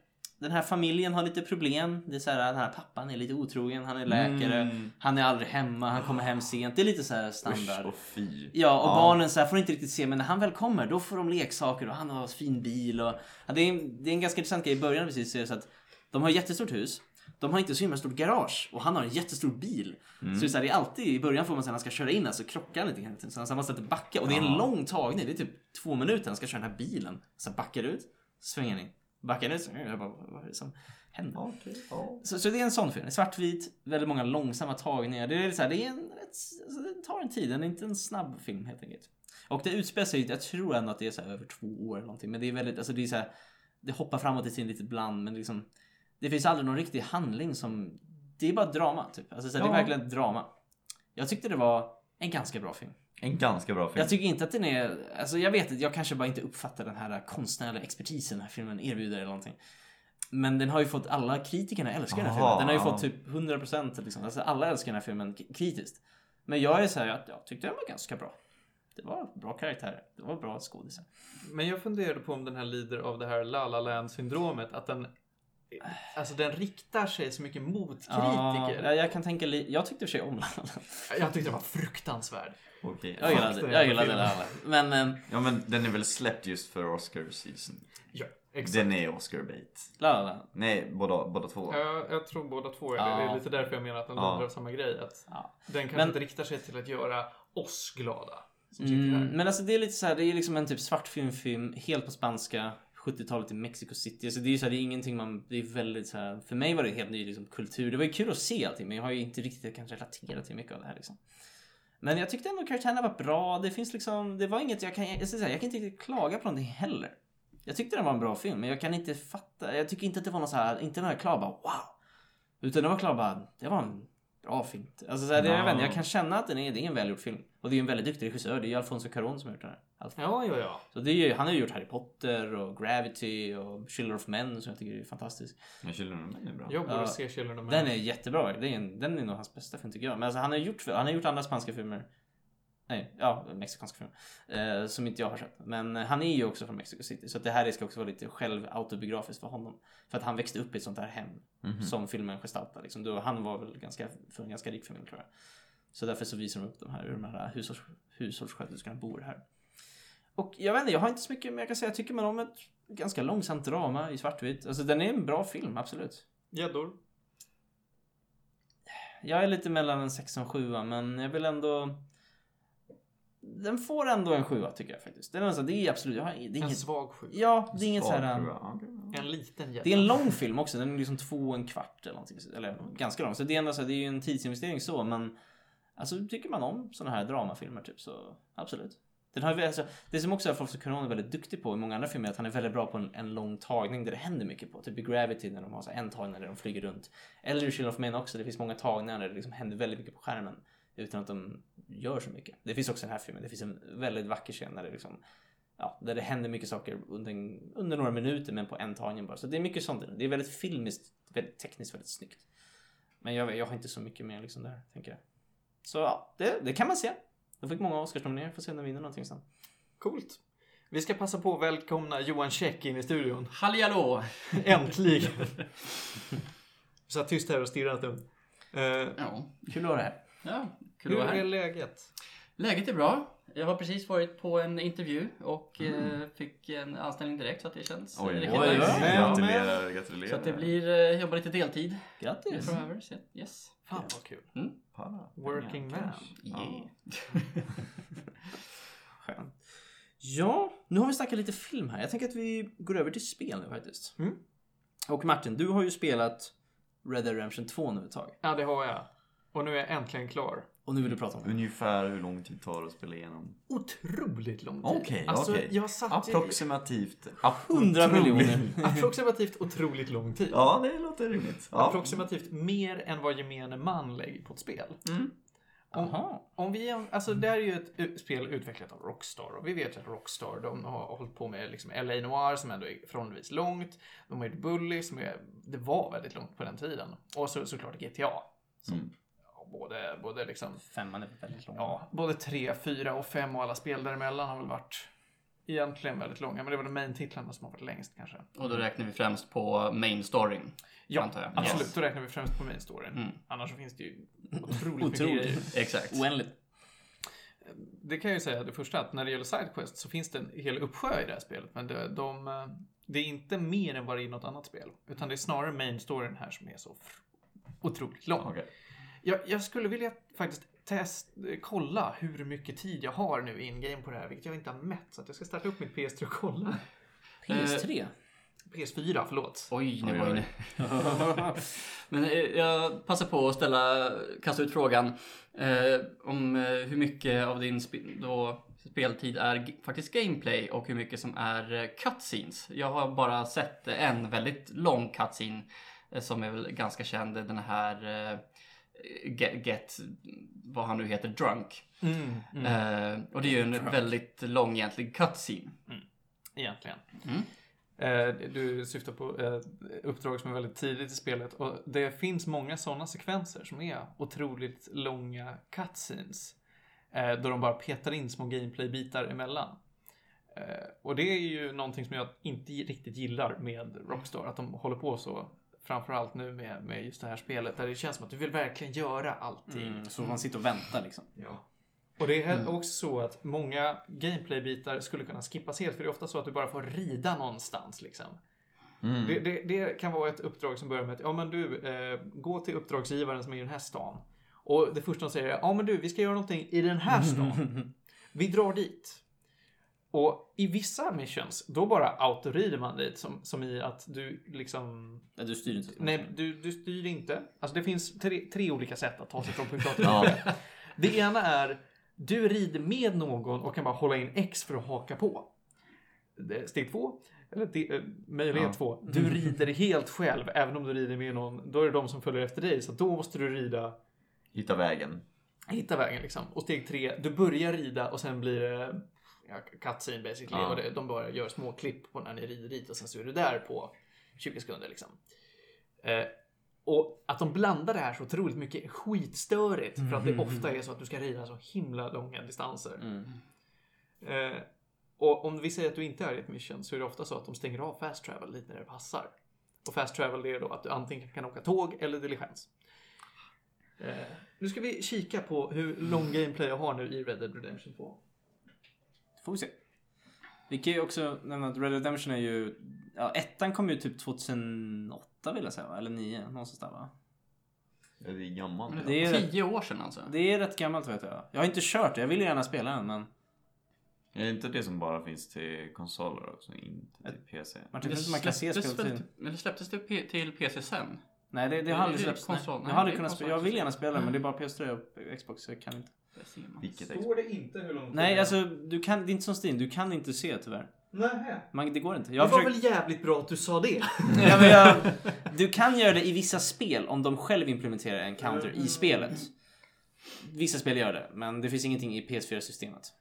den här familjen har lite problem. Det är så här, den här pappan är lite otrogen, han är läkare, Mm. han är aldrig hemma, han kommer hem sent. Det är lite så här standard. Usch och fy. Ja, och Ja. barnen så här får inte riktigt se, men när han väl kommer då får de leksaker och han har en fin bil. Och, ja, det, är en, det är en ganska intressant grej i början precis, så är det så att de har ett jättestort hus. De har inte så himla stort garage och han har en jättestor bil. Mm. Så det är, så här, det är alltid i början får man säga att han ska köra in, alltså krockar han lite hela tiden. Så han måste inte backa. Och det är en Ja. lång tagning, det är typ två minuter han ska köra den här bilen. Så backar ut, svänger in. Backar ut, så jag bara, vad är det som händer? Okay. Ja. Så, så det är en sån film, svartvit, väldigt många långsamma tagningar. Det är så här, det är en rätt, alltså, det tar en tid, den är inte en snabb film helt enkelt. Och det utspelar sig, jag tror ändå att det är så här över två år eller någonting. Men det är väldigt, alltså det är så här, det hoppar framåt i tiden lite ibland, men liksom det finns aldrig någon riktig handling som, det är bara drama typ. Alltså så här, Ja. det är verkligen ett drama. Jag tyckte det var en ganska bra film. En ganska bra film. Jag tycker inte att den är, alltså jag vet att jag kanske bara inte uppfattar den här konstnärliga expertisen den här filmen erbjuder eller någonting. Men den har ju fått, alla kritikerna älskar den här Aha, filmen. Den har ju ja. fått typ hundra procent liksom. Alltså alla älskar den här filmen k- kritiskt. Men jag är så här att jag tyckte den var ganska bra. Det var bra karaktär. Det var bra skådisar. Men jag funderade på om den här lider av det här La La Land-syndromet. Att den, alltså den riktar sig så mycket mot kritiker. Ja, jag kan tänka li- jag tyckte i och för sig om La La Land. Jag tyckte den var fruktansvärd. Okej. Jag gillade, Fuck, jag gillade den La La Land. Men ehm, Ja, men den är väl släppt just för Oscar season. Ja, exakt. Den är Oscar bait. La La Land. Nej, båda, båda två. Ja, jag tror båda två är det. Ja. Det är lite därför jag menar att den Ja. lider av samma grej. Att Ja. den kanske Men- inte riktar sig till att göra oss glada. Som sitter Mm, här. men alltså det är lite så här, det är liksom en typ svartfilmfilm helt på spanska, sjuttiotalet i Mexico City. Alltså det är ju så här, det är ingenting man, det är väldigt så här, för mig var det helt ny liksom, kultur. Det var ju kul att se allting, men jag har ju inte riktigt kanske relaterat till mycket av det här liksom. Men jag tyckte ändå karaktärerna var bra. Det finns liksom, det var inget jag kan, jag ska säga, jag kan inte riktigt klaga på någonting heller. Jag tyckte den var en bra film, men jag kan inte fatta, jag tycker inte att det var något så här, inte den här klar bara wow. Utan det var klar bara, det var en bra film. Alltså så här, det, jag, vet, inte, jag kan känna att den är, det är en välgjord film. Och det är en väldigt duktig regissör, det är ju Alfonso Cuarón som har gjort den här. Alf- Ja, ja, ja. Så det är ju, han har ju gjort Harry Potter och Gravity och Children of Men som jag tycker är fantastisk. Men Children of Men är bra. Jag borde Ja. se Children of Men. Den är jättebra, det är en, den är nog hans bästa film tycker jag. Men alltså, han har gjort, han har gjort andra spanska filmer. Nej, ja, mexikanska filmer. Eh, som inte jag har sett. Men eh, han är ju också från Mexico City. Så att det här ska också vara lite själv autobiografiskt för honom. För att han växte upp i ett sånt här hem. Mhm. Som filmen gestaltar. Liksom. Då, han var väl ganska, för en ganska rik familj tror jag. Så därför så visar de upp de här, hur de här hushålls, hushållssköterskorna bor här. Och jag vet inte, jag har inte så mycket, men jag kan säga jag tycker man om ett ganska långsamt drama i svartvitt. Alltså den är en bra film, absolut. Gäddor. Jag är lite mellan en sex och en sjua, men jag vill ändå... Den får ändå en sjua tycker jag faktiskt. Det är, alltså, det är absolut... Jag har, det är En inget, svag sju. ja, det är inget så Svag, här... tror jag. Ja, okej. En liten gädda. Det är en lång film också. Den är liksom två och en kvart eller någonting. Eller ganska lång. Så det är ändå så här, det är ju en tidsinvestering så, men... Alltså tycker man om såna här dramafilmer typ så absolut. Den har, alltså, det som också är Alfonso Cuarón är väldigt duktig på i många andra filmer är att han är väldigt bra på en, en lång tagning där det händer mycket på. Typ i Gravity när de har så en tagning där de flyger runt. Eller i Children of Men också. Det finns många tagningar där det liksom händer väldigt mycket på skärmen utan att de gör så mycket. Det finns också den här filmen. Det finns en väldigt vacker scen där det liksom, ja, där det händer mycket saker under, en, under några minuter men på en tagning bara. Så det är mycket sånt. Det är väldigt filmiskt, väldigt tekniskt, väldigt snyggt. Men jag, jag har inte så mycket mer liksom där, tänker jag. Så ja, det, det kan man se. De fick många Oscarsnomineringar, får se om de vinner någonting sen. Coolt. Vi ska passa på att välkomna Johan Käck in i studion. Hallihallå! Äntligen! Så satt tyst här och stirrat en stund. Uh, Ja, Kul att ha det här. ja kul hur att vara är här. läget? Läget är bra. Jag har precis varit på en intervju och Mm. eh, fick en anställning direkt så att det känns Oj, riktigt oj, nice. oj. Gratulerar, gratulerar. Så att det blir, eh, jobba lite deltid Grattis! framöver. Så, yes. Fan vad kul. Para. Working man. Ja. Skönt. Ja, nu har vi snackat lite film här. Jag tänker att vi går över till spel nu faktiskt. Mm. Och Martin, du har ju spelat Red Dead Redemption två nu ett tag. Ja, det har jag. Och nu är jag äntligen klar. Och nu vill du prata om det. Ungefär hur lång tid tar det att spela igenom? Otroligt lång tid. Okej, Alltså, okej. jag satt i- Approximativt. Hundra Otroligt. miljoner. Approximativt otroligt lång tid. Ja, det låter rimligt. Ja. Approximativt mer än vad gemene man lägger på ett spel. Jaha. Om vi, alltså det här är ju ett u- spel utvecklat av Rockstar. Och vi vet ju att Rockstar, de har hållit på med liksom L A Noire som ändå är förhållandevis långt. De har gjort Bully som är, det var väldigt långt på den tiden. Och så, såklart G T A. Som Mm. ja, både, både liksom, Femman är väldigt lång. ja, både tre, fyra och fem och alla spel däremellan har väl varit egentligen väldigt långa, men det var de main-titlarna som har varit längst kanske. Och då räknar vi främst på main storyn. Ja, antar jag. absolut. Yes. Då räknar vi främst på main storyn. Mm. Annars så finns det ju otroligt mycket Otroligt. grejer. Exakt. Oändligt. Det kan jag ju säga det första, att när det gäller sidequest så finns det en hel uppsjö i det här spelet. Men det, de, det är inte mer än vad det är i något annat spel. Utan det är snarare main storyn här som är så otroligt lång. Okay. Jag, jag skulle vilja faktiskt test, kolla hur mycket tid jag har nu in-game på det här, vilket jag inte har mätt. Så att jag ska starta upp mitt P S tre och kolla. P S tre? P S fyra, förlåt. Oj, nu var jag inne. Men eh, jag passar på att ställa, kasta ut frågan eh, om eh, hur mycket av din sp- då, speltid är g- faktiskt gameplay och hur mycket som är eh, cutscenes. Jag har bara sett eh, en väldigt lång cutscene eh, som är väl ganska känd, den här eh, get, get, vad han nu heter, drunk. Mm, mm. Eh, och det är ju en Drunk. väldigt lång egentlig cutscene. Egentligen. Mm. Eh, Du syftar på eh, uppdrag som är väldigt tidigt i spelet. Och det finns många sådana sekvenser som är otroligt långa cutscenes. Eh, då de bara petar in små gameplay-bitar emellan. Eh, och det är ju någonting som jag inte riktigt gillar med Rockstar. Att de håller på så. Framförallt nu med, med just det här spelet. Där det känns som att du vill verkligen göra allting. Mm, så man sitter och väntar liksom. Ja. Och det är också så att många gameplay-bitar skulle kunna skippas helt. För det är ofta så att du bara får rida någonstans liksom. Mm. Det, det, det kan vara ett uppdrag som börjar med att ja men du, eh, gå till uppdragsgivaren som är i den här stan. Och det första de säger är ja men du, vi ska göra någonting i den här stan. Vi drar dit. Och i vissa missions, då bara autorider man dit. Som, som i att du liksom... Nej, du styr inte. Nej, du, du styr inte. Alltså det finns tre, tre olika sätt att ta sig från punkt A till Ja. B. Det ena är du rider med någon och kan bara hålla in X för att haka på. Det- Steg två, eller det, eh, möjlighet Ja. två. Du rider helt själv, även om du rider med någon. Då är det de som följer efter dig, så då måste du rida, Hitta vägen. hitta vägen liksom. Och steg tre, du börjar rida och sen blir det ja, cutscene basically. Ja. Och det, de bara gör små klipp på när ni rider dit och sen så är du där på tjugo sekunder liksom. Eh, och att de blandar det här så otroligt mycket är skitstörigt. För att det ofta är så att du ska rida så himla långa distanser. Mm. Eh, och om vi säger att du inte är i ett mission så är det ofta så att de stänger av fast travel lite när det passar. Och fast travel det är då att du antingen kan åka tåg eller diligens. Eh, nu ska vi kika på hur lång gameplay jag har nu i Red Dead Redemption två. Får vi se. Vi kan ju också nämna att Red Dead Redemption är ju... Ja, ettan kom ju typ tjugohundraåtta vill jag säga, va? Eller nio, någonstans där, va? Ja, det är gammalt. Men Det det är är rätt- tio år sedan alltså. Det är rätt gammalt vet jag. Jag har inte kört det, jag vill ju gärna spela den, men... Är det inte det som bara finns till konsoler också? Inte till P C? Man tycker inte man kan se släpptes väl speltid. till- Men det släpptes till, P- till P C sen. Nej, det, det Det har är aldrig ju släppts. Nej. konsol. Jag Nej, har aldrig det är kunnat konsol. spela. Jag vill gärna spela den, men det är bara P S tre och Xbox, så jag kan inte. Det ser man. Vilket Står det inte hur långt Nej, alltså, du kan, det är inte som Steam. Du kan inte se tyvärr. Nej. Man, det går inte. Det Jag var har försökt... väl jävligt bra att du sa det. ja, men jag... Du kan göra det i vissa spel om de själv implementerar en counter i spelet. Vissa spel gör det, men det finns ingenting i P S fyra-systemet.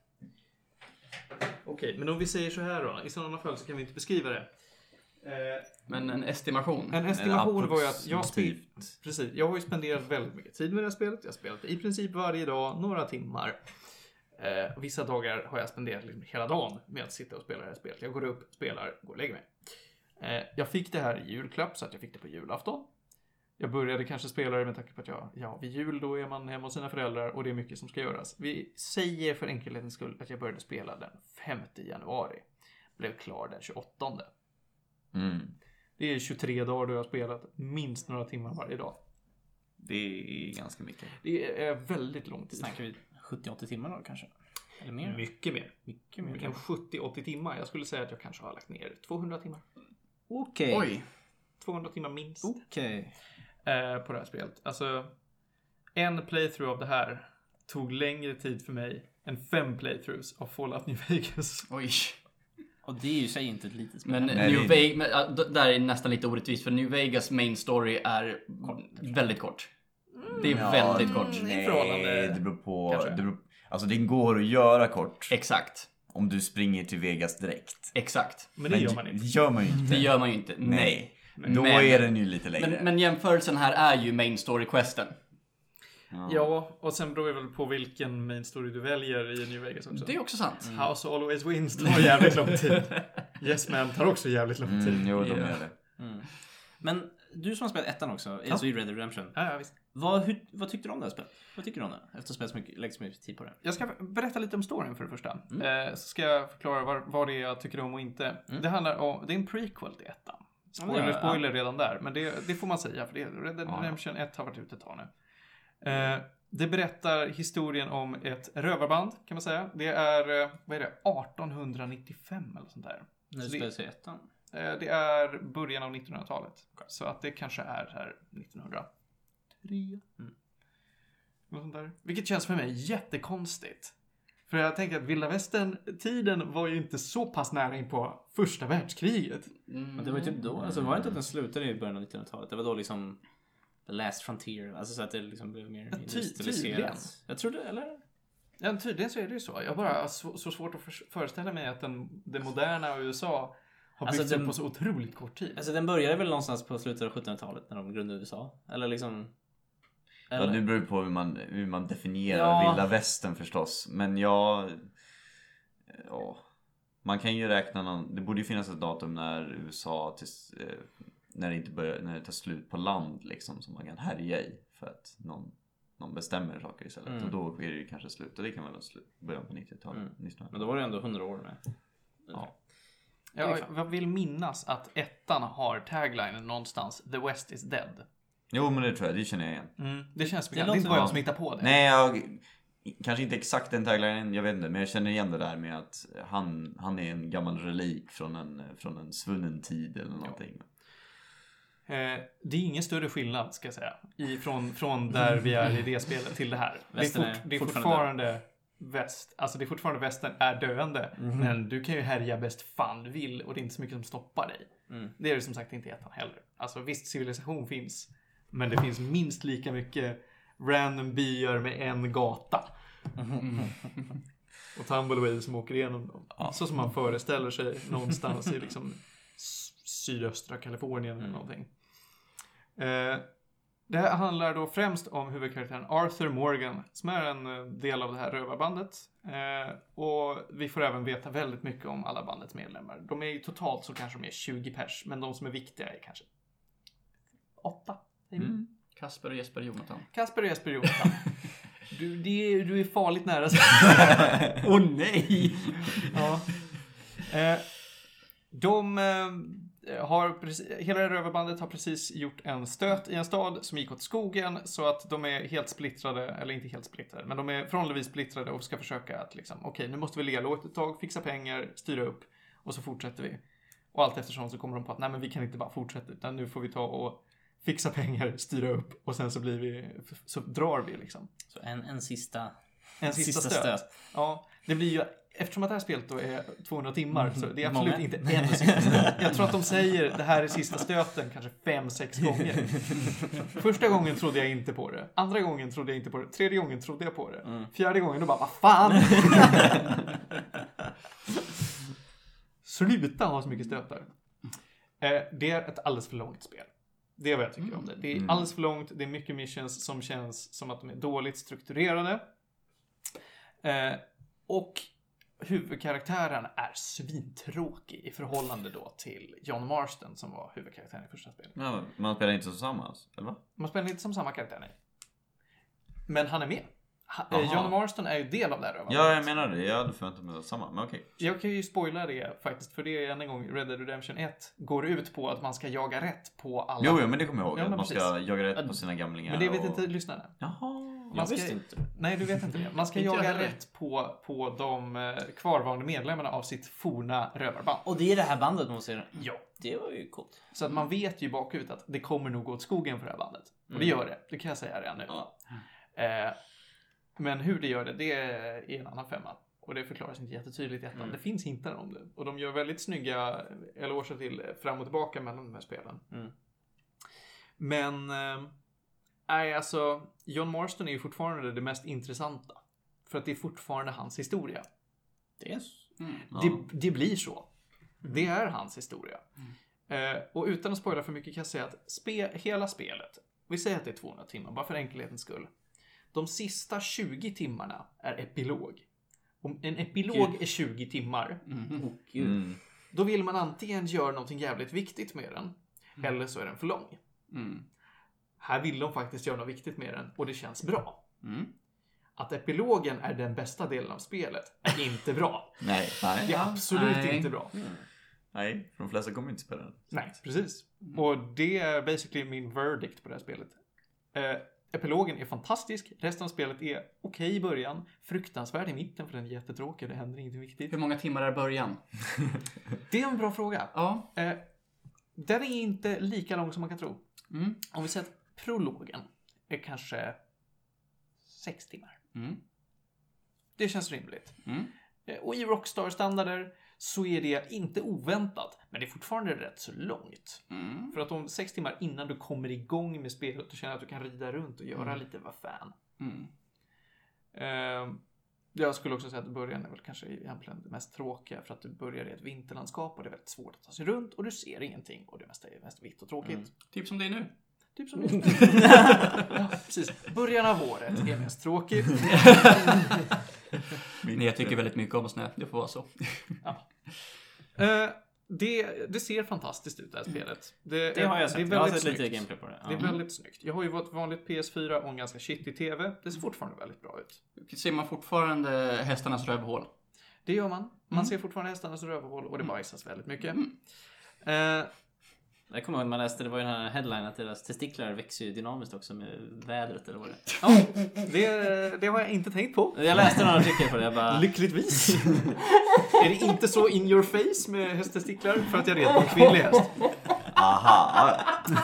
Okej, men om vi säger så här då. I sådana fall så kan vi inte beskriva det. Eh, Men en estimation. En estimation Eller var ju att jag, spe- approximativt. precis, jag har ju spenderat väldigt mycket tid med det här spelet. Jag har spelat i princip varje dag, några timmar. Eh, vissa dagar har jag spenderat liksom hela dagen med att sitta och spela det här spelet. Jag går upp, spelar, går och lägger mig. Eh, jag fick det här i julklapp så att jag fick det på julafton. Jag började kanske spela det med tanke på att jag, ja, vid jul då är man hemma hos sina föräldrar och det är mycket som ska göras. Vi säger för enkelhetens skull att jag började spela den femte januari. Blev klar den tjugoåttonde. Mm. Det är tjugotre dagar då jag har spelat minst några timmar varje dag. Det är ganska mycket. Det är väldigt lång tid. Snackar vi sjuttio åttio timmar då kanske? Eller mer? Mycket mer. Mycket mer. Mycket mer. sjuttio åttio timmar. Jag skulle säga att jag kanske har lagt ner tvåhundra timmar. Okej. Oj. tvåhundra timmar minst. Okej. Eh, på det här spelet. Alltså, en playthrough av det här tog längre tid för mig än fem playthroughs av Fallout New Vegas. Oj. Och det är ju i sig inte ett litet spel. Men Nej, New det är- Vegas, men, ja, d- där är nästan lite orättvist för New Vegas main story är väldigt kort. Det är väldigt kort. i förhållande- Nej, det beror på... kanske. Det beror, alltså det går att göra kort. Exakt. Om du springer till Vegas direkt. Exakt. Men det gör man Det inte. gör man ju inte. Det gör man ju inte. Nej. Då Men- är den ju lite längre. Men, men jämförelsen här är ju main story questen. Ja. Ja, och sen beror det väl på vilken main story du väljer i New Vegas också. Det är också sant. Mm. House Always Wins tar jävligt lång tid. Yes Man tar också jävligt lång tid. Mm, jo, de Ja. gör det. Mm. Men du som har spelat ettan också, alltså i Red Dead Redemption. Ja, ja, visst. Vad, hur, vad tyckte du om det här spelet? Vad tycker du om det? Efter att ha spelat så mycket, läggt så mycket tid på det. Jag ska berätta lite om storyn för det första. Mm. Eh, så ska jag förklara vad, vad det är jag tycker om och inte. Mm. Det handlar om, det är en prequel till ettan. Spoiler, Ja, ja, ja. spoiler redan där. Men det, det får man säga, för det, Red Dead Ja. Redemption ett har varit ute ett tag nu. Eh, det berättar historien om ett rövarband, kan man säga. Det är, eh, vad är det, arton nittiofem eller sånt där. När du Så det- spelade sig ettan? Eh, det är början av nittonhundratalet. Så att det kanske är här nittonhundratre. Mm. Något sånt där. Vilket känns för mig jättekonstigt. För jag tänker att Vilda Västern-tiden var ju inte så pass nära in på första världskriget. Mm. Men det var ju typ då, alltså var det inte att den slutade i början av nittonhundratalet? Det var då liksom the last frontier, alltså så att det liksom blev mer Ja, ty- tydligen. industrialiserat. Jag tror det, eller? Ja, tydligen så är det ju så. Jag bara har så, så svårt att för, föreställa mig att den, det moderna U S A har Alltså, byggts upp den- på så otroligt kort tid. Alltså den började väl någonstans på slutet av sjuttonhundratalet när de grundade U S A? Eller liksom... Ja, Eller? det beror ju på hur man, hur man definierar Ja. vilda västern förstås. Men jag... Ja, man kan ju räkna någon, det borde ju finnas ett datum när U S A tills, eh, när det inte börjar, när det tar slut på land liksom, som man kan härja i för att någon, någon bestämmer saker istället. Mm. Och då är det ju kanske slut, och det kan väl vara slut början på nittiotalet. Mm. nittiotalet. Men då var det ändå hundra år med. Ja. Jag, jag vill minnas att ettan har taglinen någonstans The West is dead. Jo, men det tror jag, det känner jag igen. Mm, det känns Det bekant. Det är inte låter- bara jag ja. som hittar på det. Nej, jag, kanske inte exakt den taglinen, jag vet inte, men jag känner igen det där med att han, han är en gammal relik från en, från en svunnen tid eller någonting. Eh, det är ingen större skillnad, ska jag säga, i, från, från där vi är i det spelet till det här. Det är, Västern fort, är det är fortfarande fortfarande väst. Alltså det är fortfarande västern är döende. Mhm. Men du kan ju härja bäst fan du vill och det är inte så mycket som stoppar dig. Mm. Det är det som sagt inte i ettan heller. Alltså visst, civilisation finns. Men det finns minst lika mycket random byar med en gata. Och tumbleweed som åker igenom dem. Ja. Så som man föreställer sig någonstans i liksom s- sydöstra Kalifornien eller Mm. någonting. Eh, det här handlar då främst om huvudkaraktären Arthur Morgan som är en eh, del av det här rövarbandet. Eh, och vi får även veta väldigt mycket om alla bandets medlemmar. De är ju totalt så kanske de är tjugo pers, men de som är viktiga är kanske åtta. Mm. Kasper och Jesper Jonathan. Kasper och Jesper Jonathan. Du, det är, du är farligt nära. Åh oh, nej! Ja. Eh, de eh, har precis, hela det rövarbandet har precis gjort en stöt i en stad som gick åt skogen, så att de är helt splittrade, eller inte helt splittrade, men de är förhållandevis splittrade och ska försöka att liksom, okej, okay, nu måste vi ligga lågt ett tag, fixa pengar, styra upp och så fortsätter vi. Och allt eftersom så kommer de på att nej, men vi kan inte bara fortsätta, utan nu får vi ta och fixa pengar, styra upp och sen så blir vi, så drar vi liksom. Så en, en sista, En sista, stöt. Ja, det blir ju, eftersom att det här spelet då är tvåhundra timmar så det är absolut Många. inte en sista stöt. Jag tror att de säger det här är sista stöten kanske fem, sex gånger. Första gången trodde jag inte på det. Andra gången trodde jag inte på det. Tredje gången trodde jag på det. Mm. Fjärde gången då bara, vad fan? Sluta ha så mycket stötar. Eh, det är ett alldeles för långt spel. Det är vad jag tycker om det. Det är Mm. alldeles för långt. Det är mycket missions som känns som att de är dåligt strukturerade. Eh, och huvudkaraktären är svintråkig i förhållande då till John Marston som var huvudkaraktären i första spelet. Ja, man spelar inte tillsammans, eller va? Man spelar inte som samma karaktär, nej. Men han är med. Ha, eh, Aha. John Marston är ju del av det här rövarbandet. Ja, jag menar det. Jag hade förväntat mig samma, men okej. Jag kan ju spoila det faktiskt, för det är än en gång Red Dead Redemption ett går ut på att man ska jaga rätt på alla. Jo, jo, men det kommer jag ihåg. Ja, att men man ska precis. jaga rätt på sina gamlingar. Men det vet och... inte lyssnarna. Jaha. Jag Man ska- visste inte. Nej, du vet inte det. Man ska Inte jag jaga heller. rätt på, på de eh, kvarvarande medlemmarna av sitt forna rövarband. Och det är det här bandet man ser. Ja. Det var ju coolt. Så att man vet ju bakut att det kommer nog gå åt skogen för det här bandet. Och det Mm. gör det. Det kan jag säga redan nu. Ja. Eh, men hur det gör det, det är en annan femma. Och det förklaras inte jättetydligt i ettan. Mm. Det finns hintar om det. Och de gör väldigt snygga eloger till fram och tillbaka mellan de här spelen. Mm. Men eh, nej, alltså John Marston är ju fortfarande det mest intressanta. För att det är fortfarande hans historia. Det är Mm. Ja. Det, det blir så. Det är hans historia. Eh, och utan att spoila för mycket kan jag säga att spe, hela spelet, vi säger att det är tvåhundra timmar, bara för enkelhetens skull. De sista tjugo timmarna är epilog. Om en epilog Gud. är tjugo timmar, Mm. Oh, Gud. Mm. då vill man antingen göra någonting jävligt viktigt med den, mm. eller så är den för lång. Mm. Här vill de faktiskt göra något viktigt med den, och det känns bra. Mm. Att epilogen är den bästa delen av spelet är inte bra. Nej, nej. Det är absolut Nej. inte bra. Mm. Nej, för de flesta kommer inte spela den. Nej, precis. Och det är basically min verdict på det här spelet. Eh, epilogen är fantastisk. Resten av spelet är okej i början. Fruktansvärd i mitten för den är jättetråkig. Det händer ingenting viktigt. Hur många timmar är början? Det är en bra fråga. Ja. Eh, den är inte lika lång som man kan tro. Mm. Om vi säger att prologen är kanske sex timmar. Mm. Det känns rimligt. Mm. Eh, och i Rockstar-standarder så är det inte oväntat. Men det är fortfarande rätt så långt. Mm. För att om sex timmar innan du kommer igång med spelet och känner att du kan rida runt och göra Mm. lite vad fan. Mm. Eh, jag skulle också säga att början är väl kanske egentligen det mest tråkiga. För att du börjar i ett vinterlandskap och det är väldigt svårt att ta sig runt. Och du ser ingenting och det mesta är mest vitt och tråkigt. Mm. Typ som det är nu. Typ som det. Ja, precis. Början av året är mest tråkigt. Men jag tycker väldigt mycket om snö. Det får vara så. Ja. Eh, det, det ser fantastiskt ut det här spelet. Det, Det har jag är- sett. Det är Jag har väldigt sett lite snyggt. gameplay på det. Det är Ja. väldigt snyggt. Jag har ju ett vanligt P S fyra och en ganska shitty T V. Det ser fortfarande väldigt bra ut. Ser man fortfarande hästarnas rövhål? Det gör man. Man Mm. ser fortfarande hästarnas rövhål och det bajsas väldigt mycket. Mm. Eh, Jag kommer ihåg att man läste, det var ju den här headline att deras testiklar växer ju dynamiskt också med vädret eller vad det är. ja, det, det har jag inte tänkt på. Jag läste någon artikel på det, jag bara... Lyckligtvis. Är det inte så in your face med hästtestiklar för att jag red på en kvinnlig häst? Aha.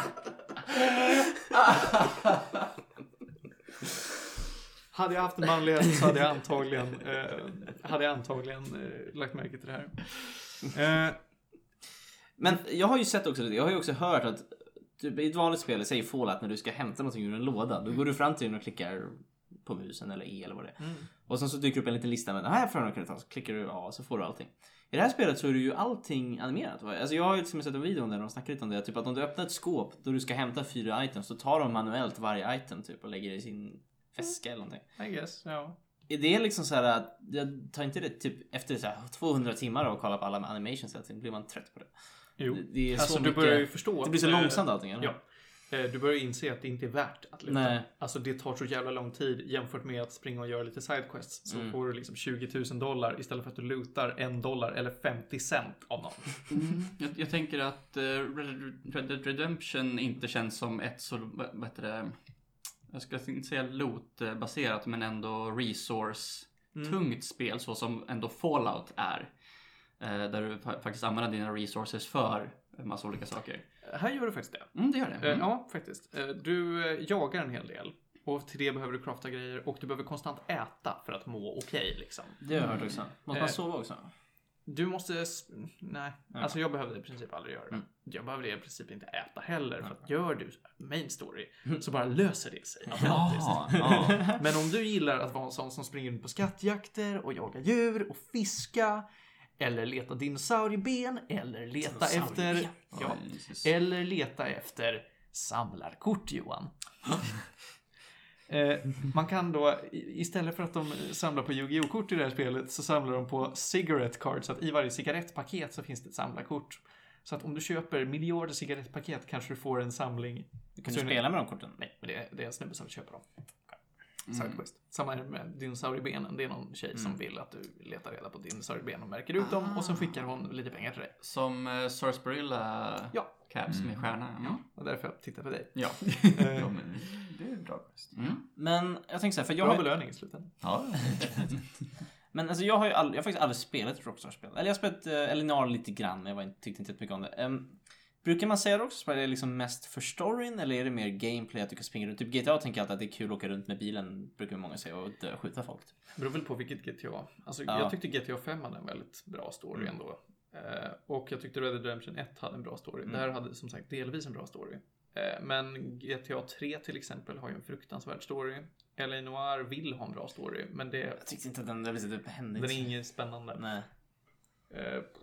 Hade jag haft en manlig häst så hade jag antagligen, eh, hade jag antagligen eh, lagt märke till det här. Eh, Men jag har ju sett också det, jag har ju också hört att typ, i ett vanligt spel, säg Fallout, när du ska hämta någonting ur en låda, då går du fram till den och klickar på musen eller E eller vad det är. Mm. Och sen så dyker upp en liten lista med, här får du kan du ta, så klickar du A så får du allting. I det här spelet så är det ju allting animerat. Va? Alltså jag har ju liksom sett en video där de snackar lite om det, typ att om du öppnar ett skåp då du ska hämta fyra items, så tar de manuellt varje item typ och lägger det i sin väska eller någonting. I guess, ja. Är det liksom så här att jag tar inte det typ efter så här tvåhundra timmar av att kolla på alla animations så blir man trött på det. Jo. Det, det är Alltså så du mycket, börjar ju förstå. det blir så eh, långsamt allting. Eller? Ja. Eh, Du börjar inse att det inte är värt att luta. Nej. Alltså det tar så jävla lång tid jämfört med att springa och göra lite sidequests. Så Mm. får du liksom tjugo tusen dollar istället för att du lutar en dollar eller femtio cent av någon. Mm. Jag, jag tänker att uh, Red, Red Dead Redemption inte känns som ett så, vad heter det, jag ska inte säga loot-baserat, men ändå resource-tungt Mm. spel, så som ändå Fallout är. Uh, där du fa- faktiskt använder dina resources för en massa olika saker. Här gör du faktiskt det. Mm, det gör det. Eh, Mm. Ja, faktiskt. Eh, Du eh, jagar en hel del. Och till det behöver du crafta grejer. Och du behöver konstant äta för att må okej liksom. Det har jag hört också. Måste man Eh, sova också? Du måste... s- Nej. Ja. Alltså jag behövde i princip aldrig göra det. Mm. Jag behövde i princip inte äta heller. För Ja. att gör du main story så bara löser det sig automatiskt. Jaha, ja. Men om du gillar att vara en sån som springer runt på skattjakter och jaga djur och fiska. Eller leta dinosaurieben. Eller leta efter... Dinosaurieben? Ja, Oj, Jesus. eller leta efter samlarkort, Johan. eh, man kan då, i- istället för att de samlar på Yu-Gi-Oh-kort i det här spelet, så samlar de på cigarette cards. Så att i varje cigarettpaket så finns det ett samlarkort. Så att om du köper miljarder cigarettpaket kanske du får en samling. Kan Så du är det- spela med de korten? Nej, men det är, det är en snubbe som vill köpa dem. Mm. Sidequest. Samma är det med dinosauriebenen. Det är någon tjej som vill att du letar reda på dinosaurieben och märker ut dem. Och sen skickar hon lite pengar till dig. Som uh, Sarsaparilla Ja. caps med stjärna. Mm. Ja, och därför jag tittar på dig. Ja. Eh, Ja, men det är bra quest. Mm. Men jag tänker så här, för jag Bra har, belöning i slutändan. Ja, men alltså jag har ju all, jag har faktiskt aldrig spelat ett Rockstar-spel. Eller jag har spelat uh, Elinor lite grann, men jag var inte, tyckte inte mycket om det. Um, brukar man säga Rockstar är liksom mest för storyn, eller är det mer gameplay att du kan springa runt? Typ G T A tänker jag alltid att det är kul att åka runt med bilen, brukar många säga, och dö, skjuta folk. Det beror väl på vilket G T A. Alltså, Ja. jag tyckte G T A fem hade en väldigt bra story Mm. ändå. Eh, och jag tyckte Red Dead Redemption ett hade en bra story. Mm. Det här hade som sagt delvis en bra story. Eh, men G T A tre till exempel har ju en fruktansvärd story. L A Noire vill ha en bra story. Men det, Jag tyckte inte att den, det blev så typ händigt. den är inget spännande. Nej. Eh,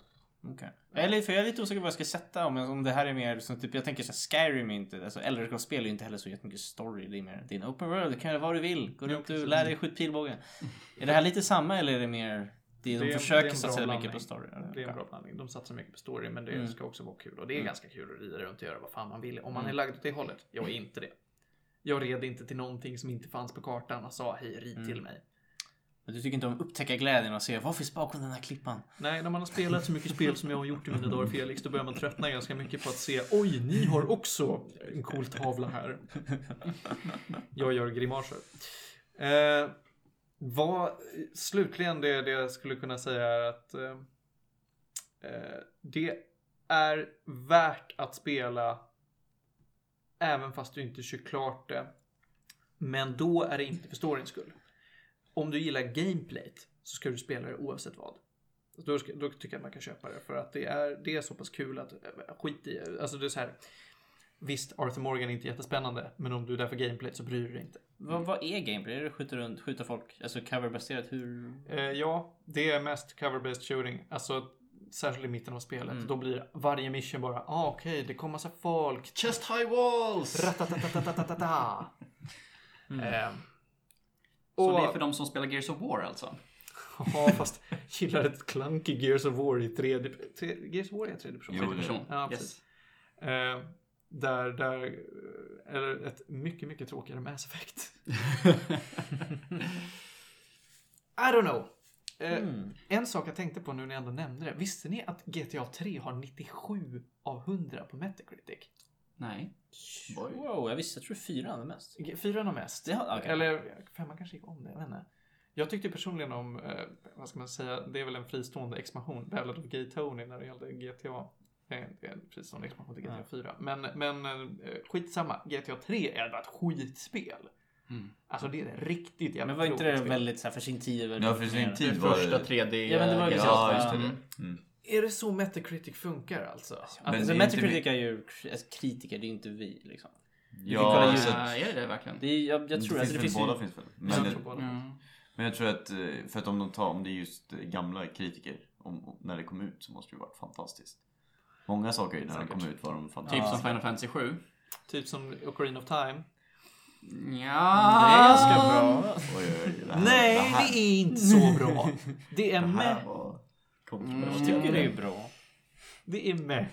Okay. Jag, är lite, för jag är lite osäker på vad jag ska sätta om, om det här är mer som typ, jag tänker så här, Skyrim är inte, alltså Elder-spel är ju inte heller så jättemycket story, det är mer, det är en open world, du kan göra vad du vill, gå runt och lär dig skjut pilbågen. Är det här lite samma eller är det mer, det, de det är, försöker det är en satsa bra mycket på blandning. story? Det är en bra blandning, de satsar mycket på story men det Mm. ska också vara kul och det är Mm. ganska kul att rida runt och göra vad fan man vill. Om man Mm. är lagd åt det hållet, jag är inte det. Jag red inte till någonting som inte fanns på kartan och sa hej, rid Mm. till mig. Men du tycker inte om upptäcka glädjen och se vad finns bakom den här klippan? Nej, när man har spelat så mycket spel som jag har gjort i mina dagar, Felix, då börjar man tröttna ganska mycket på att se oj, ni har också en cool tavla här. Jag gör grimaser. Eh, vad, slutligen det, det jag skulle kunna säga är att eh, eh, det är värt att spela även fast du inte kör klart det. Men då är det inte för storyns skull. Om du gillar gameplayt så ska du spela det oavsett vad. Då, ska, då tycker jag att man kan köpa det. För att det är, det är så pass kul att skit i. Alltså det är så här. Visst, Arthur Morgan är inte jättespännande. Men om du är där för gameplayt så bryr du dig inte. Vad, vad är gameplay? Är det skjuta runt, skjuta folk? Alltså coverbaserat, hur? Eh, ja, det är mest cover-based shooting. Alltså särskilt i mitten av spelet. Mm. Då blir varje mission bara, ah okej, okay, det kommer massa folk. Chest high walls! Ratatatatata. Mm. Eh, Så och, det är för de som spelar Gears of War alltså? ja, fast gillar ett clunky Gears of War i tredje... Tre, Gears of War är tredje person. Jo, Tredje person. Ja, Yes. precis. Eh, där, där är ett mycket, mycket tråkigare Mass Effect. I don't know. Eh, Mm. En sak jag tänkte på nu när jag ändå nämnde det. Visste ni att G T A tre har nittiosju av hundra på Metacritic? Nej. Wow, jag visste, jag tror fyra är mest. G- Fyran har mest. Det har- okej. Eller femman kanske gick om det, jag vet inte. Jag tyckte personligen om, eh, vad ska man säga, det är väl en fristående expansion. Ballad of Gay Tony när det gällde G T A. Det är en fristående expansion till G T A fyra. Men, men eh, skitsamma, G T A tre är bara ett skitspel. Mm. Alltså det är ett riktigt jävla Men var inte tråkigt det spel. väldigt så här, för sin tid? väldigt Ja, för sin mer- tid. Det var det- första tre D... Ja, men det var ju Gears Ja, of just War. det. Mm. Mm. Är det så Metacritic funkar alltså? Men Alltså, det är inte Metacritic är ju alltså, kritiker, det är ju inte vi liksom. Ja, kolla så ljud. att- Ja, är det verkligen? Det är, jag, jag det tror finns att det väl, finns båda ju... finns väl. Jag Men, tror bara det. Mm. men jag tror att, eh, för att om de tar, om det är just gamla kritiker, om, om, när det kom ut så måste det ju varit fantastiskt. Många saker när de Säkert. kom ut var de Typ fantastiska. som Final Fantasy sju. Typ som Ocarina of Time. Ja. Det är ganska bra. Oj, oj, oj, det här- Nej, det här, det är inte så bra. Det är det med. här var Jag kontroversiellt. tycker det är bra. Det är med.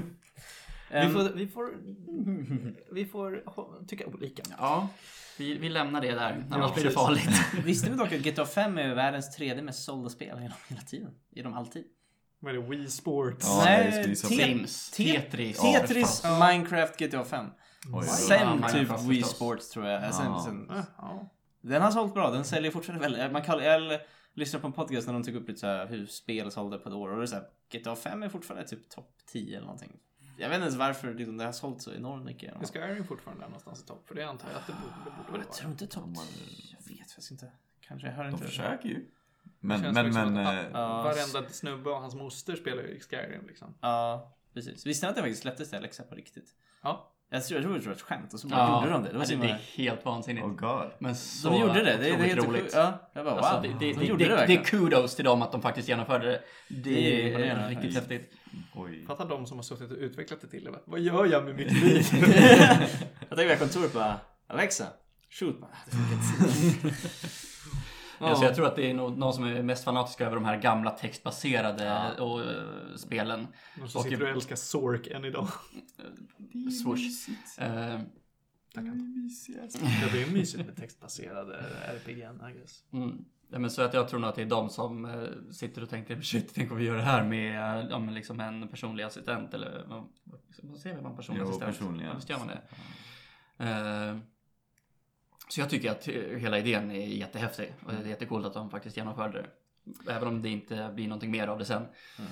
Vi Ehm, får, vi får, vi får ha- tycka olika. Ja, vi, vi lämnar det där. Annars Ja, blir det precis. farligt. Visste ni dock att G T A fem är världens tredje mest sålda spel genom hela tiden? Genom alltid. Vad är det? Wii Sports? Ja, Nej, jag skulle gissa på- te- Sims, te- Tetris. Tetris, Ja. Minecraft, G T A fem. Oj, oj, oj. Sen Ja, typ Minecraft Wii förstås. Sports tror jag. Ja. Sen, sen, Ja, ja. den har sålt bra, den säljer fortfarande väldigt. Man kallar, jag lyssnade på en podcast när de tog upp lite så här hur spel sålde på ett år. Och det är så här, G T A fem är fortfarande typ topp tio eller någonting. Jag vet inte ens varför liksom, det har sålt så enormt mycket. Är Skyrim fortfarande där någonstans i topp? För det antar jag att det borde, det borde Jag vara. tror inte topp De har- Jag vet faktiskt inte. Kanske jag hör De inte. försöker ju. Det Men, känns men, liksom men... att eh, Ja. varenda snubbe och hans moster spelar ju i Skyrim liksom. Ja, precis. Visste ni att det faktiskt släpptes det Alexa på riktigt? Ja. Jag tror, jag tror det var ett skämt och så bara Ja, gjorde de det. Det var ja, så det, himla... är helt vansinnigt. Oh god. Men så De gjorde det. Det, det är otroligt helt roligt. roligt. Ja, jag bara wow. Alltså, det, det, de det, gjorde det, det det är verkligen. kudos till dem att de faktiskt genomförde det. Det, Det är är imponerande, riktigt faktiskt. häftigt. Oj. Fatta de som har suttit och utvecklat det till det. Vad gör jag med mitt liv? Jag tänker på kontoret bara Alexa, shoot. Bara, det funkar inte. Alltså, jag tror att det är nog någon som är mest fanatisk över de här gamla textbaserade Ja. och, uh, spelen. De som Och- sitter och älskar Zork än idag. Swoosh. Uh, Ja, det är mysigt med textbaserade R P G, I guess. mm. Ja, men så att jag tror nog att det är de som uh, sitter och tänker shit, tänk om vi gör det här med uh, ja, men liksom en personlig assistent eller vad, vad säger man, personlig Jo, assistent? personlig Ja, visst gör man det. Ja. Uh, så jag tycker att uh, hela idén är jättehäftig och det är jättecoolt att de faktiskt genomförde det. Även om det inte blir någonting mer av det sen.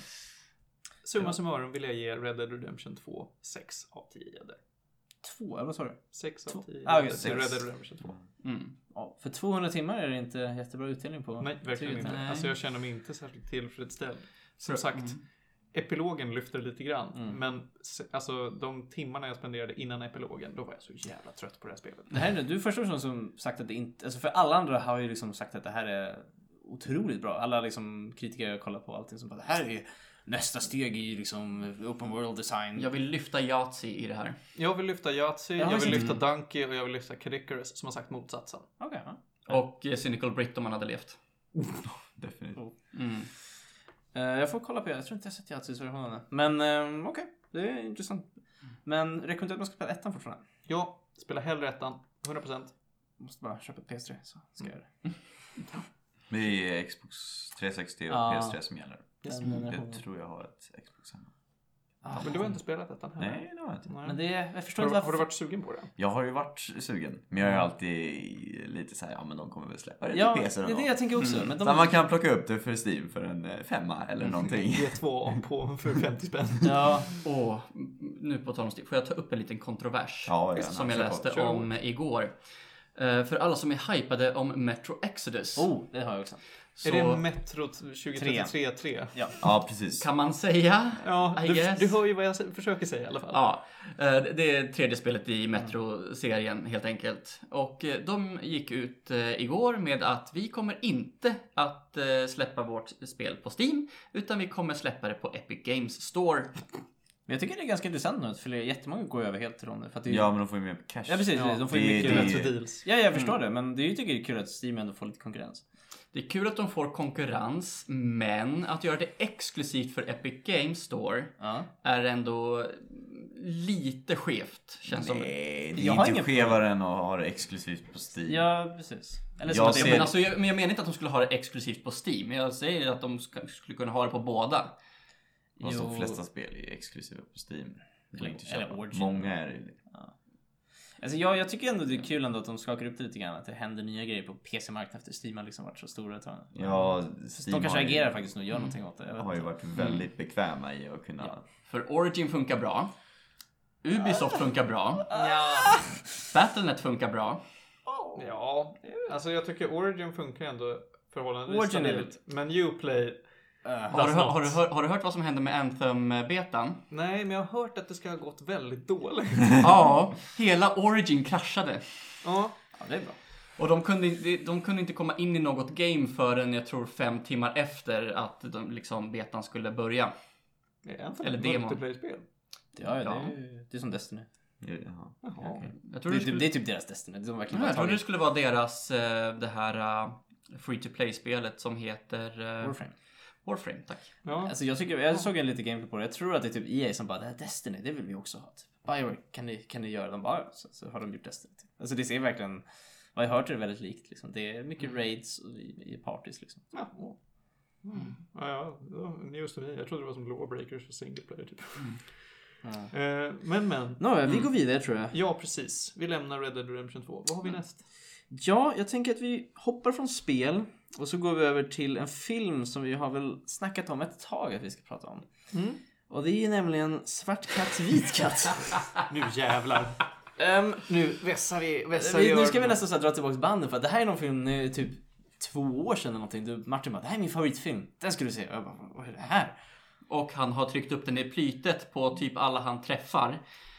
Summa summarum vill jag ge Red Dead Redemption två sex av tio gäddor. Två, eller vad sa du? sex av tio Ah, okej, gäddor till sex. Red Dead Redemption två. Mm. Ja, för tvåhundra timmar är det inte jättebra utdelning på. Nej, verkligen inte. Nej. Alltså jag känner mig inte särskilt tillfredsställd. Som För- sagt, mm. epilogen lyfter lite grann. Mm. Men se- alltså de timmarna jag spenderade innan epilogen, då var jag så jävla trött på det här spelet. Det här är nu, du är första person som sagt att det inte, alltså för alla andra har ju liksom sagt att det här är otroligt bra. Alla liksom kritiker jag kollar på allting som bara, det här är nästa steg i liksom open world design. Jag vill lyfta Yahtzee i det här. Jag vill lyfta Yahtzee, Jag har jag vill sett- lyfta Donkey och jag vill lyfta Caricurus som har sagt motsatsen. Okej, ja. Och eh, Cynical Brit om han hade levt. Definitivt. Mm. Eh, jag får kolla på det. Jag tror inte jag har sett Yahtzees versionen. Men um, okej, det är intressant. Men rekommenderar att man ska spela ettan fortfarande. Ja, spela hellre ettan. hundra procent. Måste bara köpa ett P S tre så ska jag göra det. Det är Xbox trehundrasextio och Ja. P S tre som gäller. Den Jag generationen. tror jag har ett Xbox hemma. Ah, Men du har inte spelat ettan heller? Nej, det har jag inte. Nej. Men det är, jag förstår Har, inte du- har du varit sugen på det? Jag har ju varit sugen. Men jag är alltid lite så här, ja men de kommer väl släppa det till Ja, P det C är någon det gång. jag tänker också. Mm. Men Så de... man kan plocka upp det för Steam för en eh, femma eller någonting. G två på för femtio spänn. Ja, Och nu på tal om Steam, får jag ta upp en liten kontrovers Ja, gärna. som jag Kör på. läste Kör om igår. Eh, för alla som är hypade om Metro Exodus. oh, det har jag också. Så Är det Metro tjugo trettiotre tre? Ja. Ja, precis. kan man säga. Ja, I du, guess. du hör ju vad jag s- försöker säga i alla fall. Ja, eh, det är tredje spelet i Metro-serien helt enkelt. Och eh, de gick ut eh, igår med att vi kommer inte att eh, släppa vårt spel på Steam, utan vi kommer släppa det på Epic Games Store. Men jag tycker det är ganska intressant nu. För det är jättemånga går över helt till dem nu. För att det är... Ja, men de får ju mer cash. ja, precis. Ja, de får ju det- mycket... det- Metro deals. Ja, jag förstår det. Men det är ju tycker jag är kul att Steam ändå får lite konkurrens. Det är kul att de får konkurrens, men att göra det exklusivt för Epic Games Store Ja. är ändå lite skevt, känns som. Nej, det Jag är har inte ingen- skevare än att ha det exklusivt på Steam. Ja, precis. Eller som Jag att det ser- är... Men, alltså, jag, men jag menar inte att de skulle ha det exklusivt på Steam. Jag säger att de ska, skulle kunna ha det på båda. Fast de Jo. flesta spel är ju exklusiva på Steam. Det går Eller- inte att eller köpa. Origin. Många är det ju. Alltså jag, jag tycker ändå det är kul ändå att de skakar upp det lite grann. Att det händer nya grejer på P C-marknaden efter Steam har liksom varit så stora ett tag. Ja, Fast Steam de kanske har ju- agerar faktiskt nu och gör någonting åt det. Jag vet har ju inte. varit väldigt bekväma i att kunna... Ja. För Origin funkar bra. Ubisoft funkar bra. Battlenet funkar bra. Ja, alltså jag tycker Origin funkar ändå förhållandevis Origin är stabilt. Men Uplay, Uh, Har du, hör- har, du, hör- har du hört vad som hände med Anthem-betan? nej men jag har hört att det ska ha gått väldigt dåligt. Ja, hela Origin kraschade. Ja, ja, det är bra. Och de kunde, de, de kunde inte komma in i något game förrän jag tror fem timmar efter att de, liksom, betan skulle börja. det är inte Eller ett demon. multiplayer-spel. Ja, Ja. Det, är, ju- det är som Destiny. Jaha. Jaha. Jag tror Det, det, är typ- det skulle, är typ deras Destiny. De verkligen ja, bara jag trodde det tagit skulle vara deras, eh, det här uh, free-to-play-spelet som heter uh, Warframe. Warframe, tack. Ja. Alltså jag, tycker, jag såg en lite gameplay på det. Jag tror att det är typ E A som bara, det här Destiny, det vill vi också ha. Typ. Bioware, kan ni, kan ni göra? De bara, så, så har de gjort Destiny. Typ. Alltså det ser verkligen, vad jag har hört är det väldigt likt. Liksom. Det är mycket raids och i, i parties liksom. Ja. Mm. Ja, ja, ja, news to me. Jag trodde det var som Lawbreakers för single player typ. Ja. Eh, men men. Nåja, vi går vidare tror jag. Ja, precis. Vi lämnar Red Dead Redemption två. Vad har vi näst? Ja, jag tänker att vi hoppar från spel och så går vi över till en film som vi har väl snackat om ett tag att vi ska prata om. Mm. Och det är ju nämligen Svart katt, vit katt. Nu jävlar. um, Nu vässar vi, vässar vi, nu ska vi öronen. nästan så här dra tillbaka banden för att det här är någon film nu, typ två år sedan eller någonting. Du, Martin bara, det här är min favoritfilm. Den ska du se. Och jag bara, vad är det här? Och han har tryckt upp den i plytet på typ alla han träffar.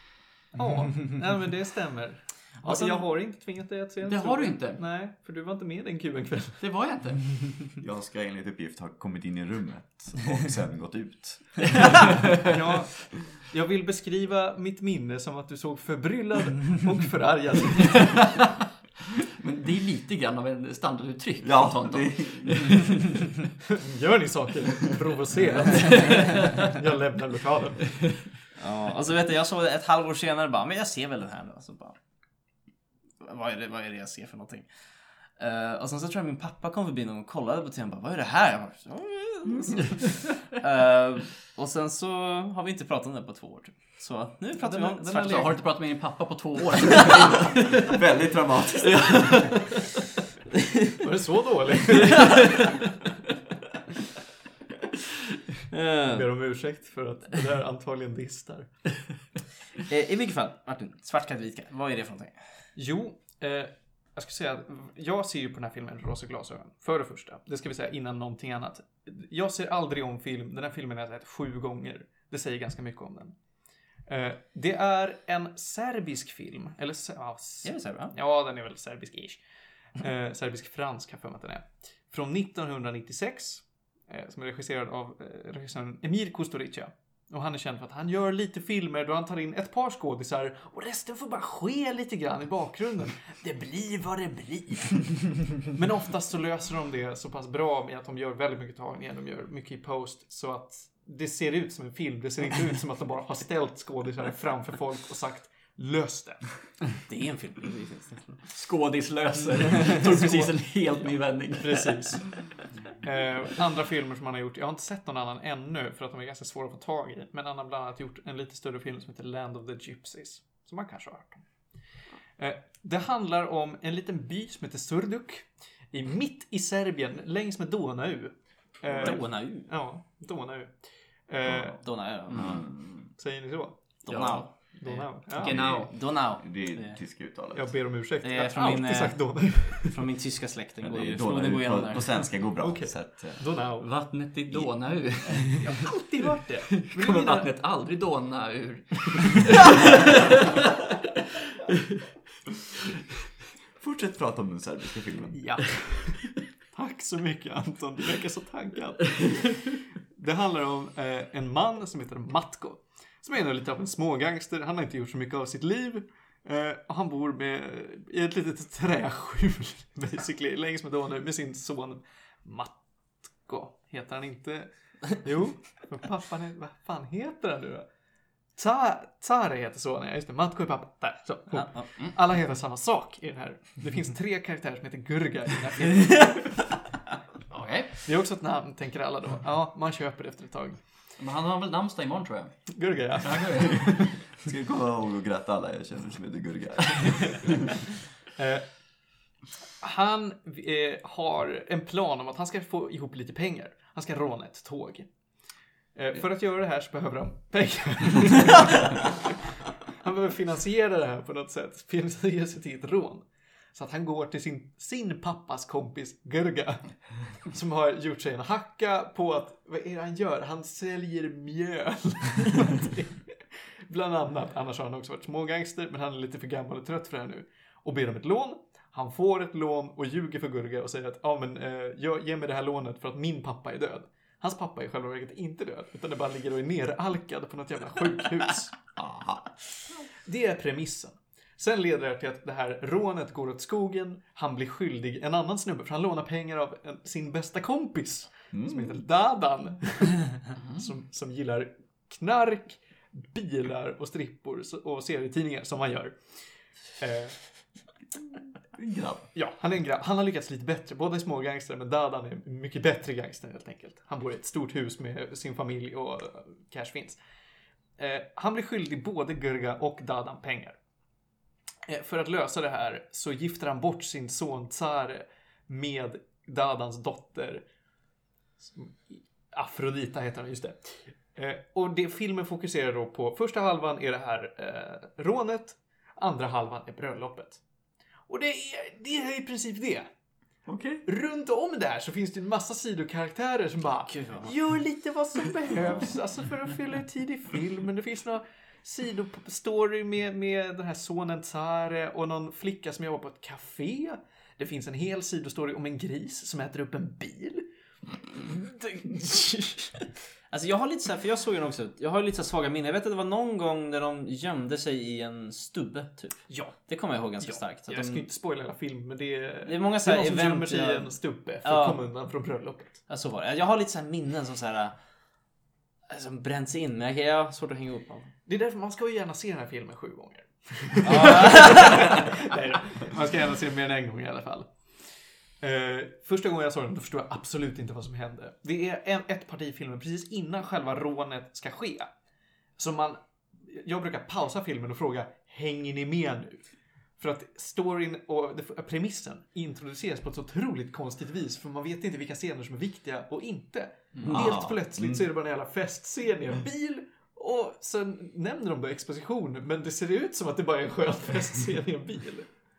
Ja, nej, men det stämmer. Alltså, sen- jag har inte tvingat dig att se den. Det tror har du jag. inte. Nej, för du var inte med den kuben kväll. Det var jag inte. Jag ska enligt uppgift ha kommit in i rummet och sen gått ut. Ja, jag vill beskriva mitt minne som att du såg förbryllad och förargad. Men det är lite grann av en standarduttryck. från Ja, Tonton. det, Gör ni saker provocerat? Jag lämnar lokalen. Ja, och så vet jag, jag såg det ett halvår senare bara, men jag ser väl den här nu. Så bara, vad är det, vad är det jag ser för någonting? Uh, och sen så tror jag min pappa kom förbi någon och kollade på tv och bara, vad är det här? Jag bara, uh, och sen så har vi inte pratat om det på två år typ. Så nu pratar vi om den Svart har Så katt. har du inte pratat med din pappa på två år? väldigt dramatiskt. Var det så dåligt? Jag ber om ursäkt för att det där antagligen distar. Eh, I vilket fall, Martin, Svart katt, vit katt, vad är det för någonting? Jo, eh, jag ska säga att jag ser ju på den här filmen rosa glasögon. För det första, det ska vi säga innan någonting annat. Jag ser aldrig om film. Den här filmen har jag sett sju gånger. Det säger ganska mycket om den. Eh, det är en serbisk film. Eller, se- ja, s- Är det så här, va? ja, den är väl serbisk-ish. Eh, serbisk-fransk har jag för mig att den är. Från nittonhundranittiosex. Eh, som är regisserad av eh, regissören Emir Kusturica. Och han är känd för att han gör lite filmer då han tar in ett par skådisar och resten får bara ske lite grann i bakgrunden. Det blir vad det blir. Men oftast så löser de det så pass bra med att de gör väldigt mycket tagningar. De gör mycket i post så att det ser ut som en film. Det ser inte ut som att de bara har ställt skådisar framför folk och sagt lös det. Det är en film. Skådislöser. Tog precis en helt ny vändning. Precis. Eh, andra filmer som han har gjort, jag har inte sett någon annan ännu för att de är ganska svåra att få tag i. Men han har bland annat gjort en lite större film som heter Land of the Gypsies. Som man kanske har hört om. Eh, det handlar om en liten by som heter Surduk. I mitt i Serbien, längs med Donau. Eh, Donau? Ja, Donau. Eh, Donau. Mm. Säger ni så? Donau. Donau. Ja. Genau. Donau. Det är tyska uttalet. Jag ber om ursäkt. Det är Jag har från alltid min, eh, sagt Donau. Från min tyska släkt. Den Men går, det är floden går Donau igenom på, där. på svenska går bra. Okej. Så att, eh, Donau. Vattnet i Donau. Jag har alltid hört det. Kommer vattnet aldrig dåna ur? fortsätt prata om den serbiska filmen. Ja. Tack så mycket Anton, du verkar så taggad. Det handlar om eh, en man som heter Matko. Som är lite av en smågangster. Han har inte gjort så mycket av sitt liv. Eh, och han bor med, i ett litet träskjul basically, längs med Donau med sin son Matko. Heter han inte? Jo, för pappan är, vad fan heter han nu då? Ta, Tare heter sonen, ja just det. Matko är pappa. Där, så. Ja, ja. Mm. Alla heter samma sak i den här. Det finns tre karaktärer som heter Gurga i den här filmen. Okej. Det är också ett namn, tänker alla då. Ja, man köper det efter ett tag. Men han har väl namnsdag imorgon tror jag. Gurga, ja. Ja, det är det. Ska jag komma ihåg och gratta alla jag känner som heter Gurga. Eh, han eh, har en plan om att han ska få ihop lite pengar. Han ska råna ett tåg. Eh, för att göra det här så behöver han pengar. Han behöver finansiera det här på något sätt. Finansiera sig till ett rån. Så att han går till sin, sin pappas kompis Gurga. Som har gjort sig en hacka på att, vad är det han gör? Han säljer mjöl. Bland annat, annars har han också varit smågangster. Men han är lite för gammal och trött för det här nu. Och ber om ett lån. Han får ett lån och ljuger för Gurga och säger att ja men eh, jag, ge mig det här lånet för att min pappa är död. Hans pappa är i själva verket inte död. Utan det bara ligger och är neralkad på något jävla sjukhus. Aha. Det är premissen. Sen leder det till att det här rånet går åt skogen. Han blir skyldig en annan snubbe. För han lånar pengar av en, sin bästa kompis. Mm. Som heter Dadan. som, som gillar knark, bilar och strippor och serietidningar som han gör. Eh, En grabb. ja, han är en grabb. Han har lyckats lite bättre. Båda är små gangster, men Dadan är en mycket bättre gangster helt enkelt. Han bor i ett stort hus med sin familj och cash finns. Eh, han blir skyldig både Gurga och Dadan pengar. Eh, för att lösa det här så gifter han bort sin son Tsare med Dadans dotter. Afrodita heter hon, just det. Eh, och det filmen fokuserar då på, första halvan är det här eh, rånet, andra halvan är bröllopet. Och det är, det är i princip det. Okej. Runt om där så finns det en massa sidokaraktärer som bara Gud, vad- gör lite vad som behövs. Alltså för att fylla ut tid i filmen. Det finns några sidostory med, med den här sonen Tsare och någon flicka som jobbar på ett café. Det finns en hel sidostory om en gris som äter upp en bil. Alltså jag har lite så här, för jag såg den också. Jag har lite så här svaga minnen. Jag vet att det var någon gång där de gömde sig i en stubbe typ. Ja. Det kommer jag ihåg ganska Ja, starkt. Att jag ska de, inte spoila hela filmen, men det är, Det är många så det här är någon som gömmer event, sig i ja. en stubbe för Ja. att komma undan från bröllopet. ja, så var det. Jag har lite så här minnen som så här som bränns in, men jag har svårt att hänga upp av. Det är därför man ska ju gärna se den här filmen sju gånger. Ja. Nej, man ska gärna se mer än en gång i alla fall. Uh, första gången jag såg den då förstod jag absolut inte vad som hände. Det är en, ett parti i filmen precis innan själva rånet ska ske. Så man, jag brukar pausa filmen och fråga, hänger ni med nu? För att storyn och premissen introduceras på ett så otroligt konstigt vis. För man vet inte vilka scener som är viktiga och inte. Mm. Helt Ah. plötsligt så är det bara en jävla festscen i en bil. Och sen nämner de då exposition. Men det ser ut som att det bara är en skön festscen i en bil.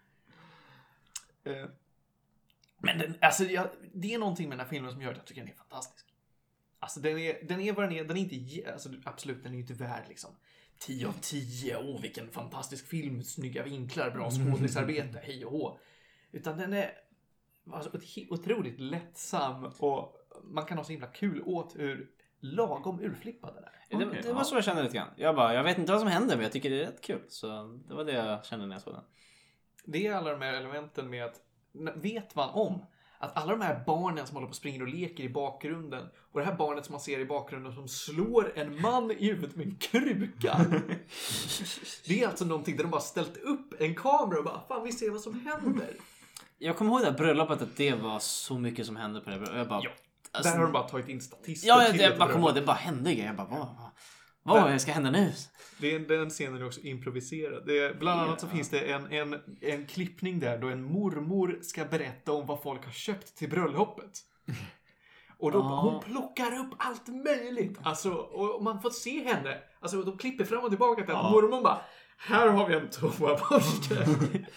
Uh, Men den, alltså, jag, det är någonting med den här filmen som gör att jag tycker den är fantastisk. Alltså den är, den är vad den är. Den är inte, alltså, absolut, den är ju inte värd liksom tio av tio. Åh, vilken fantastisk film. Snygga vinklar, bra skådisarbete, hej och hå. Utan den är alltså, otroligt lättsam och man kan ha så himla kul åt hur lagom urflippad den är. Det, det var så jag kände lite grann. Jag bara, jag vet inte vad som händer men jag tycker det är rätt kul. Så det var det jag kände när jag såg den. Det är alla de här elementen med att, vet man om att alla de här barnen som håller på och springer och leker i bakgrunden och det här barnet som man ser i bakgrunden som slår en man i huvudet med en kruka. Det är alltså någonting där de bara ställt upp en kamera och bara, fan vi ser vad som händer. Jag kommer ihåg det här bröllopet att det var så mycket som hände på det bröllopet. Jag bara, Ja, alltså, där har de bara tagit in statister. Ja, till jag, ett jag bara kommer ihåg bröllop. det bara hände grejer. Jag bara, vad, vad, vad ska hända nu? Det är, den scenen är också improviserad. Det är, bland annat så finns det en, en, en klippning där då en mormor ska berätta om vad folk har köpt till bröllopet. Och då, Ah. hon plockar upp allt möjligt. Alltså, och man får se henne. Alltså, de klipper fram och tillbaka till att Ja. mormor bara, här har vi en toaborste.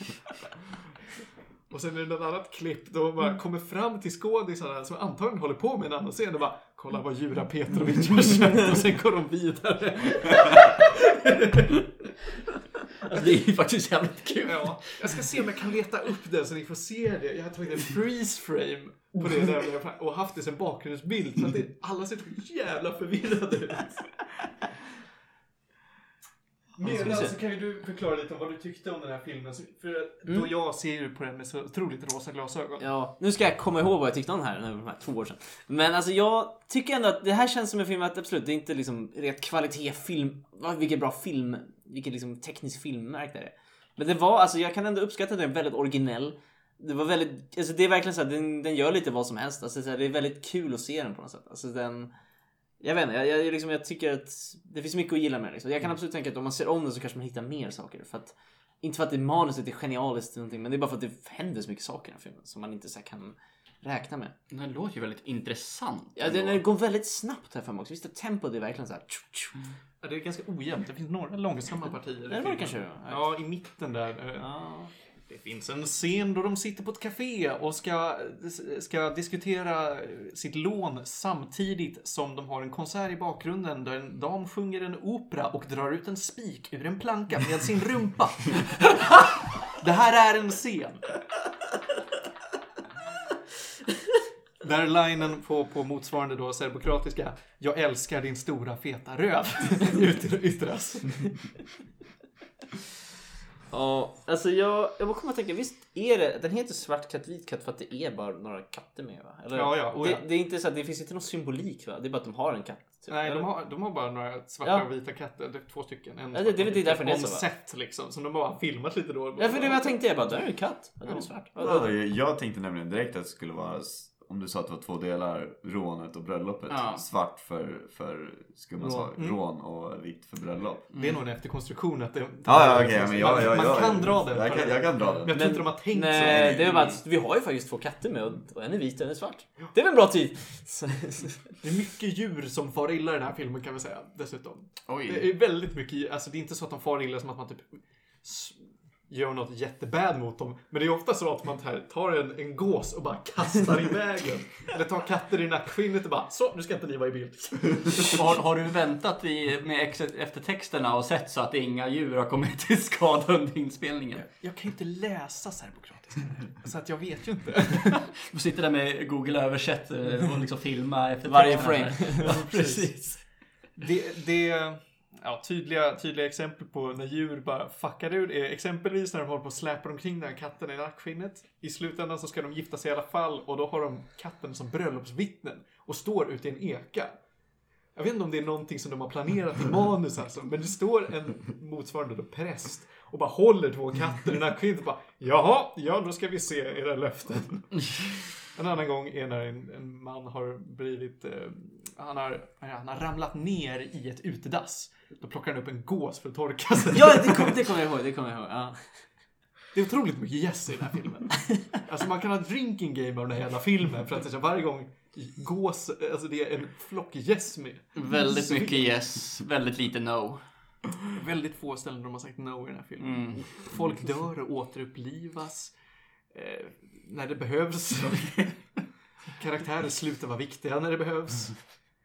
Och sen är det något annat klipp då man bara kommer fram till skådisarna som antagligen håller på med en annan scen och bara, kolla vad Jura Petrovic har köpt och sen går de vidare. Alltså, det är ju faktiskt jävligt kul. Ja, jag ska se om jag kan leta upp det så ni får se det. Jag har tagit en freeze frame på det där och haft det som bakgrundsbild så att det, alla ser så jävla förvirrade ut. Medan så kan ju du förklara lite om vad du tyckte om den här filmen. För då Mm. jag ser ju på den med så otroligt rosa glasögon. Ja, nu ska jag komma ihåg vad jag tyckte om den här, de här två år sedan. Men alltså jag tycker ändå att det här känns som en film att absolut, det är inte liksom rätt kvalitet film, vilken bra film, vilken liksom teknisk filmmärk det är. Men det var, alltså jag kan ändå uppskatta att den är väldigt originell. Det var väldigt, alltså det är verkligen så att den, den gör lite vad som helst. Alltså så här, det är väldigt kul att se den på något sätt. Alltså den, jag vet inte, jag, jag, liksom, jag tycker att det finns mycket att gilla med den. Liksom. Jag kan absolut tänka att om man ser om den så kanske man hittar mer saker. För att, inte för att det manuset är genialiskt eller någonting, men det är bara för att det händer så mycket saker i den här filmen som man inte så här kan räkna med. Den låter ju väldigt intressant. Ja, den, den går väldigt snabbt här framåt. Visst, tempot är verkligen så här. Tju, tju. Ja, det är ganska ojämnt. Det finns några långsamma partier i det var det filmen. kanske. Ja, i mitten där. Ja. Det finns en scen då de sitter på ett café och ska, ska diskutera sitt lån samtidigt som de har en konsert i bakgrunden där en dam sjunger en opera och drar ut en spik ur en planka med sin rumpa. Det här är en scen. Där linen på, på motsvarande då serbokratiska, jag älskar din stora feta röv, yttras. Ja, alltså jag, jag bara kommer att tänka, visst är det, den heter svart katt, vit katt för att det är bara några katter med, va? Eller, Ja, ja, oh, ja. Det, det är inte så att det finns inte någon symbolik, va? Det är bara att de har en katt. Typ. Nej, de Eller? har, de har bara några svarta Ja. och vita katter. Det är två stycken. En Ja, det- det är väl det därför det är så, on va? set liksom. Som de bara har filmat lite då. Ja, för det var jag tänkte, jag bara, där är en katt. Ja, den är svart. Ja, Ja, jag- jag tänkte nämligen direkt att det skulle vara, s- om du sa att det var två delar, rånet och bröllopet. Ja. Svart för, för skumma Rån. saker, Mm. rån och vitt för bröllop. Det är nog en efterkonstruktion att det, Ja, ja okej, men jag, man, jag, man jag, kan dra den. Jag kan, jag kan dra Men den. jag tror inte de har tänkt Nej, så. det är bara att vi har ju faktiskt två katter med och, och en är vit och en är svart. Det är väl en bra tid. Så, Det är mycket djur som far illa i den här filmen kan vi säga. Dessutom. Oj. Det är väldigt mycket, alltså det är inte så att de far illa som att man typ s- gör något jättebad mot dem. Men det är ofta så att man tar, tar en, en gås och bara kastar i vägen. Eller tar katter i nackskinnet och bara, så nu ska inte ni vara i bild. Har, har du väntat i, med ex, eftertexterna och sett så att inga djur har kommit till skada under inspelningen? Jag kan ju inte läsa serbokratiska. Så att jag vet ju inte. Du sitter där med Google översätt och liksom filma efter Varje texterna. frame. Ja, precis. Det, det ja, tydliga, tydliga exempel på när djur bara fuckar ur är exempelvis när de håller på att släpa omkring den här katten i nackskinnet. I slutändan så ska de gifta sig i alla fall och då har de katten som bröllopsvittnen och står ute i en eka. Jag vet inte om det är någonting som de har planerat i manus alltså, men det står en motsvarande då präst och bara håller två katter i nackskinnet och bara, jaha, ja då ska vi se era löften. En annan gång är när en, en man har blivit, eh, han, har, han har ramlat ner i ett utedass. Då plockar han upp en gås för att torka sig. Ja, det kommer det kom jag ihåg. Det kommer jag ihåg. Ja. Det är otroligt mycket yes i den här filmen. Alltså man kan ha drinking game av den här hela filmen för att alltså, varje gång gås, alltså det är en flock yes med. Väldigt Så mycket yes, väldigt lite no. Väldigt få ställen där de har sagt no i den här filmen. Mm. Folk dör och återupplivas. Eh, när det behövs. Karaktärer slutar vara viktiga när det behövs.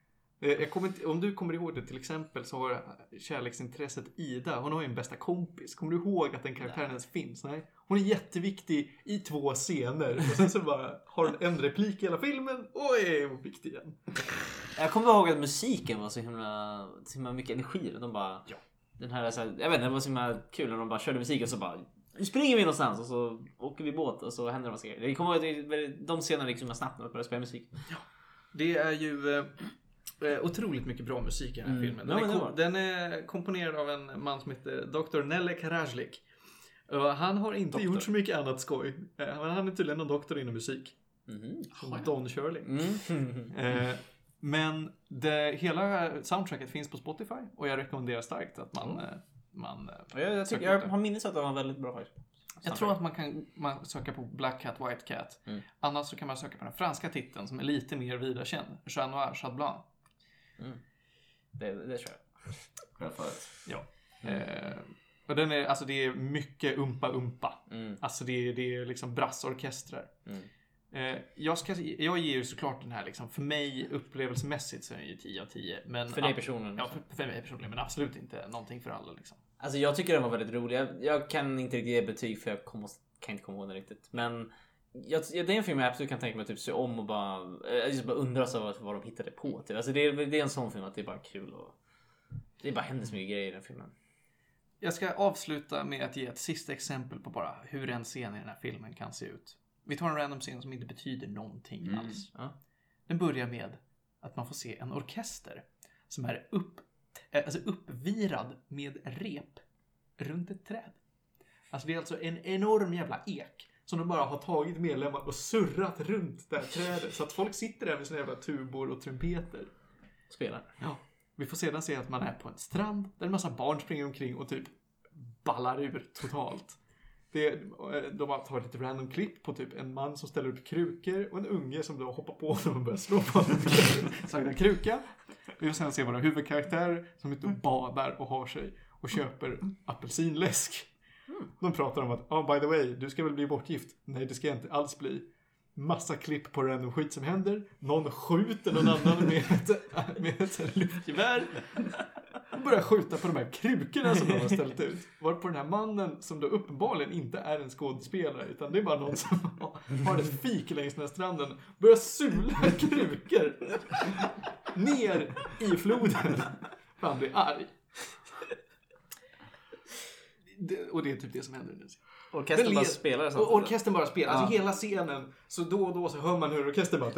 Jag kommer inte, om du kommer ihåg det till exempel så har kärleksintresset Ida, hon har ju en bästa kompis. Kommer du ihåg att den karaktären ens finns? Nej. Hon är jätteviktig i två scener och sen så bara har hon en replik i hela filmen och är viktig igen. Jag kommer ihåg att musiken var så himla, så himla mycket energi. De bara, ja. Den här, så här, jag vet inte, det var så himla kul när de bara körde musiken och så bara, nu springer vi någonstans och så åker vi båt och så händer det massa grejer. Jag kommer ihåg att de scenerna gick så snabbt när de började spela musik. Ja. Det är ju eh, otroligt mycket bra musik i den här Mm. filmen. Den, Ja, är men kom, den är komponerad av en man som heter doktor Nelle Karajlik. Uh, han har inte Doktor. gjort så mycket annat skoj. Uh, men han är tydligen en doktor inom musik. Mm. Som Don Shirley. Mm. Uh, men det, hela soundtracket finns på Spotify. Och jag rekommenderar starkt att man... Mm. Uh, man uh, jag, jag, tycker, jag har minnet att det var väldigt bra faktiskt. Jag tror att man kan man söka på Black Cat, White Cat. Mm. Annars så kan man söka på den franska titeln som är lite mer vidarekänd. Chat Noir, Chat Blanc. Mm. Det, det tror jag. Självfallet. Ja. Mm. Eh, och den är, alltså det är mycket umpa-umpa. Mm. Alltså det är, det är liksom brassorkestrar. Mm. Eh, jag, ska, jag ger ju såklart den här liksom, för mig upplevelsemässigt så är den ju tio av tio. Men, För dig personligen? Ja, för, för mig personligen. Men absolut inte någonting för alla liksom. Alltså jag tycker den var väldigt rolig. Jag, jag kan inte riktigt ge betyg för jag kom, kan inte komma ihåg den riktigt. Men jag, det är en film jag absolut kan tänka mig att typ se om och bara, just bara undras över vad de hittade på. Typ. Alltså det, är, det är en sån film att det är bara kul och det bara händer så mycket grejer i den filmen. Jag ska avsluta med att ge ett sista exempel på bara hur en scen i den här filmen kan se ut. Vi tar en random scen som inte betyder någonting Mm. alls. Ja. Den börjar med att man får se en orkester som är upp, alltså uppvirad med rep runt ett träd. Alltså det är alltså en enorm jävla ek som de bara har tagit medlemmar och surrat runt det här trädet. Så att folk sitter där med sina jävla tubor och trumpeter. Spelar. Ja. Vi får sedan se att man är på en strand där en massa barn springer omkring och typ ballar ur totalt. Det, de har tagit lite random klipp på typ en man som ställer upp krukor och en unge som då hoppar på honom och börjar slå på honom sagda kruka. Vi får sedan se våra huvudkaraktärer som är ute och badar och har sig och köper apelsinläsk. De pratar om att, oh, by the way, du ska väl bli bortgift? Nej, det ska jag inte alls bli. Massa klipp på random skit som händer. Någon skjuter någon annan med ett, med ett luftgevär. Och börjar skjuta på de här krukorna som de har ställt ut. Var på den här mannen som då uppenbarligen inte är en skådespelare utan det är bara någon som har ett fik längs den här stranden. Börjar sula krukor ner i floden. För han blir arg. Det, och det är typ det som händer nu. Orkestern bara spelar samtidigt. Och orkestern bara spelar. Ja. Alltså hela scenen. Så då och då så hör man hur orkestern bara...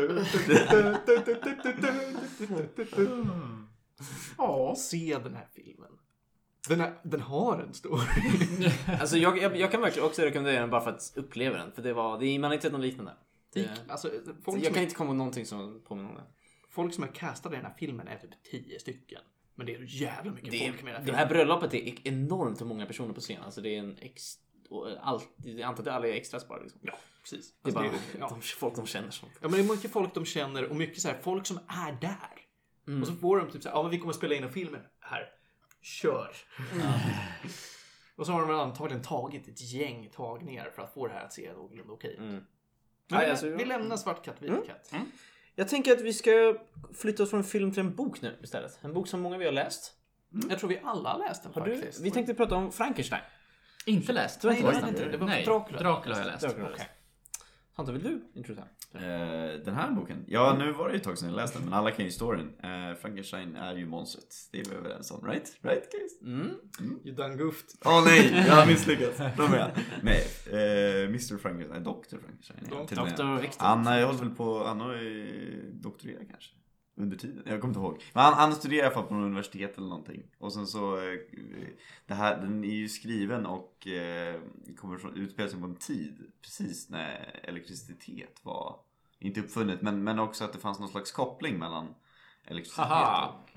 Ja. Se den här filmen. Den, är, den har en story. Alltså jag, jag, jag kan verkligen också rekommendera den bara för att uppleva den. För det var, det är, man har inte sett något liknande. Det, alltså, folk jag kan är, inte komma på någonting som påminner om det. Folk som är castade i den här filmen är typ tio stycken. Men det är jävla mycket det, folk med den här Det filmen. här bröllopet är enormt många personer på scenen. Alltså det är en ex, och allt, jag antar att alla är extras bara liksom. Ja, precis. Det är bara alltså, det är, ja. de, folk de känner som. Ja, men det är mycket folk de känner och mycket så här, folk som är där. Mm. Och så får de typ så här, ja men vi kommer att spela in en film här. Kör. Mm. Och så har de antagligen tagit ett gäng tagningar för att få det här att se någorlunda okej. Mm. Men Nej, vi, alltså, vi lämnar svart katt, vit katt. Mm. Mm. Jag tänker att vi ska flytta oss från film till en bok nu istället. En bok som många vi har läst. Mm. Jag tror vi alla har läst den har faktiskt. Du? Vi tänkte prata om Frankenstein. Inte läst. Nej, Nej, det var inte det. Det var Nej, Dracula. Dracula har jag läst. Dracula. Okay. Svante, vill du introducera? Uh, den här boken? Ja, nu var det ju ett tag sedan jag läste den, men alla kan ju storyn. Uh, Frankenstein är ju monstret. Det är vi överens om, right? Right, guys? Mm. Mm. You done goofed. Åh oh, nej, jag har misslyckats. De är Nej, uh, mister Frankenstein, doktor Frankenstein. doktor Victor. Han håller väl på, han har ju doktorerat kanske. Under tiden, jag kommer inte ihåg. Men han, han studerar i alla fall på någon universitet eller någonting. Och sen så, det här, den är ju skriven och eh, kommer från, utspelar sig på en tid precis när elektricitet var, inte uppfunnet, men, men också att det fanns någon slags koppling mellan elektricitet Haha. och...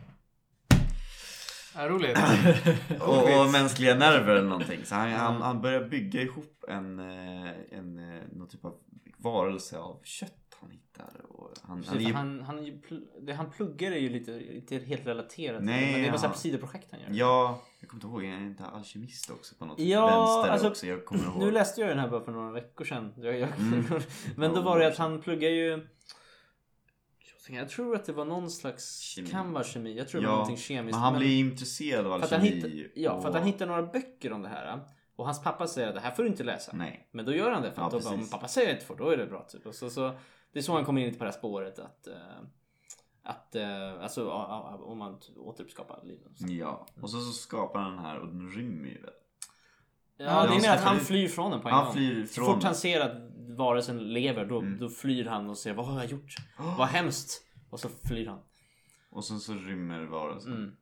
Ja, roligt. och, och mänskliga nerver eller någonting. Så han, han, han börjar bygga ihop en, en, någon typ av varelse av kött han hittar. Och han, Precis, han, är ju... han, han, det han pluggar är ju lite, inte helt relaterat. Nej, men det är bara han... sidoprojekt han gör. Ja, jag kommer inte ihåg, jag är inte alkemist också på något ja, vänster alltså, också. Jag kommer ihåg. Nu läste jag den här bara för några veckor sedan. Jag, jag, mm. men då var det att han pluggar ju... Jag tror att det var någon slags Kemi. kan vara kemi. Jag tror det Ja, var någonting kemiskt. Men han men- blir intresserad av för att han kemi. hittar, ja, och... för att han hittar några böcker om det här. Och hans pappa säger att det här får du inte läsa. Nej. Men då gör han det. För att Ja, då bara, om precis. pappa säger att du får, då är det bra. Typ. Och så, så, det är så han kommer in på det här spåret. Att, uh, att uh, alltså, uh, uh, om man återuppskapar livet. Så. Ja, och så, så skapar han den här och den rymmer ju väl. Ja, Ja, det är de mer att ska- han flyr från den på en Han gång. flyr Så från fort den. han ser att varelsen lever, då, Mm. då flyr han och säger vad har jag gjort? Vad hemskt. Och så flyr han. Och sen så rymmer varelsen. Mm.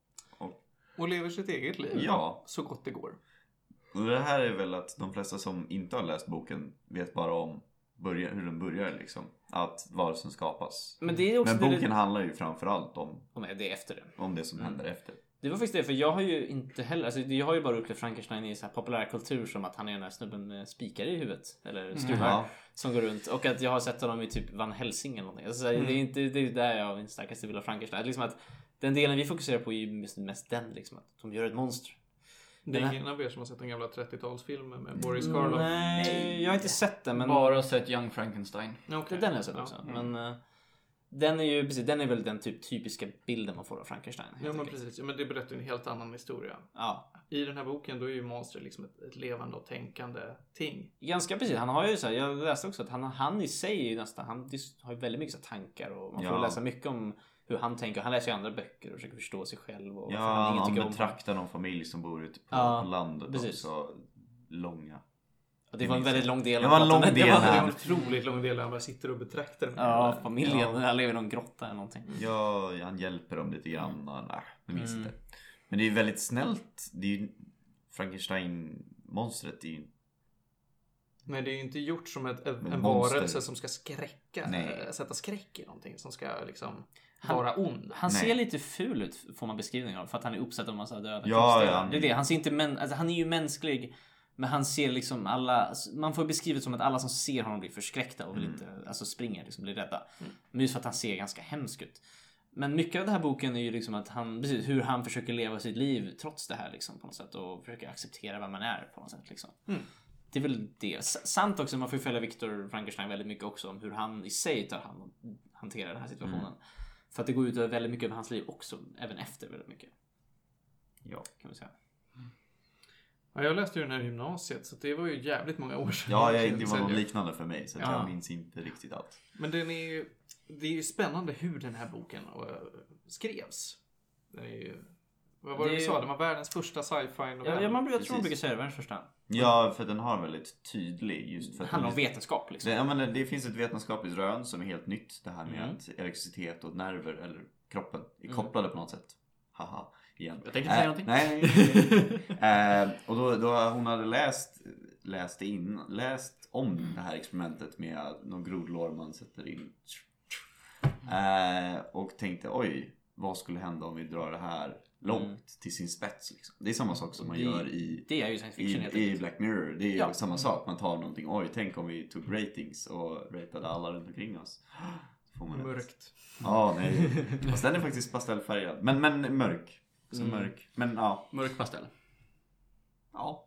Och lever sitt eget liv. Ja. Så gott det går. Och det här är väl att de flesta som inte har läst boken vet bara om börja, hur den börjar liksom. Att varelsen skapas. Men det är också Men det, boken handlar ju framförallt om, om det är efter det. om det som Mm. händer efter. Det var faktiskt det, för jag har ju inte heller, alltså jag har ju bara upplevt Frankenstein i så här populärkultur som att han är den här snubben med spikar i huvudet. Eller skruvar Ja. som går runt. Och att jag har sett honom i typ Van Helsing eller någonting. Alltså, så här, Mm. det är inte, det är där jag har min starkaste bild av Frankenstein. Att liksom att den delen vi fokuserar på är ju mest, mest den liksom. Att de gör ett monster. Det är Men- ingen av er som har sett den gamla trettiotalsfilmen med Boris Karloff. Nej, jag har inte sett den. Men Bara sett Young Frankenstein. det Okej. är den jag har sett Ja. också. Mm. Men uh, den är ju precis, den är väl den typ typiska bilden man får av Frankenstein. helt Ja men enkelt. precis, ja, men det berättar ju en helt annan historia. Ja, I den här boken då är ju monster liksom ett, ett levande och tänkande ting. ganska precis. Han har ju så här, jag läste också att han, han i sig är ju nästan, han dis- har ju väldigt mycket så här tankar och man får Ja. läsa mycket om hur han tänker. Han läser ju andra böcker och försöker förstå sig själv och varför Ja, han ingen han tycker om. betraktar någon familj som bor ute på Ja, landet precis. också. Långa. Och det var en väldigt lång del. Det var en av lång pratet. del Det var- Det är här. en otroligt lång del där han bara sitter och betraktar den. Ja, familjen. Ja. Han lever i någon grotta eller någonting. Ja, han hjälper dem lite grann. och- Nej, jag minns Mm. inte. Men det är väldigt snällt. Det är ju Frankenstein-monstret. Det är ju Men det är ju inte gjort som ett, ett, Men en monster. varelse som ska skräcka. Nej. äh, Sätta skräck i någonting. Som ska liksom Han- vara ond. Han Nej. ser lite ful ut får man beskrivning av. För att han är uppsatt av en massa döda Ja, kroppsdelar. ja. Det är det. Han ser inte men, alltså, han är ju mänsklig. Men han ser liksom alla, man får beskrivet som att alla som ser honom blir förskräckta och vill Mm. inte, alltså springer, liksom blir rädda. Mm. Men just för att han ser ganska hemsk ut. Men mycket av den här boken är ju liksom att han, precis hur han försöker leva sitt liv trots det här liksom på något sätt. Och försöker acceptera vad man är på något sätt liksom. Mm. Det är väl det. S- Sant också, man får ju följa Victor Frankenstein väldigt mycket också om hur han i sig tar hand om, hanterar den här situationen. Mm. För att det går ut över väldigt mycket av hans liv också, även efter väldigt mycket. Ja. Kan vi säga. Ja, jag läste ju den här i gymnasiet så det var ju jävligt många år sedan. Ja, jag, det Sen var något jag- liknande för mig. Så att Ja. jag minns inte riktigt allt. Men den är ju, det är ju spännande hur den här boken uh, skrevs. Den är ju, vad var det, Det du är sa? ju- Den var världens första sci-fi novell. Ja, ja, man, jag tror Precis. man brukar säga det, världens första. Ja, för den har väldigt tydlig just för Det att handlar den- om vetenskap liksom. Det, ja, men det, det finns ett vetenskapligt rön som är helt nytt. Det här med Mm. att elektricitet och nerver eller kroppen är Mm. kopplade på något sätt. Haha, igen. Jag tänkte inte säga Eh, någonting. Nej, nej. eh, och då, då hon hade läst, läst in, läst om det här experimentet med någon grodlår man sätter in. Eh, och tänkte, oj, vad skulle hända om vi drar det här långt Mm. till sin spets liksom. Det är samma sak som man Det- gör i Det är ju science fiction i, helt i enkelt. Black Mirror. Det är ju Ja. samma sak. Man tar någonting. Oj, tänk om vi tog ratings och ratade alla runt omkring oss. Så får man ett- Mörkt. Ja, nej. Fast den är faktiskt pastellfärgad. Men, men mörk. Så Mm. mörk. Men ja. Mörk pastell. Ja.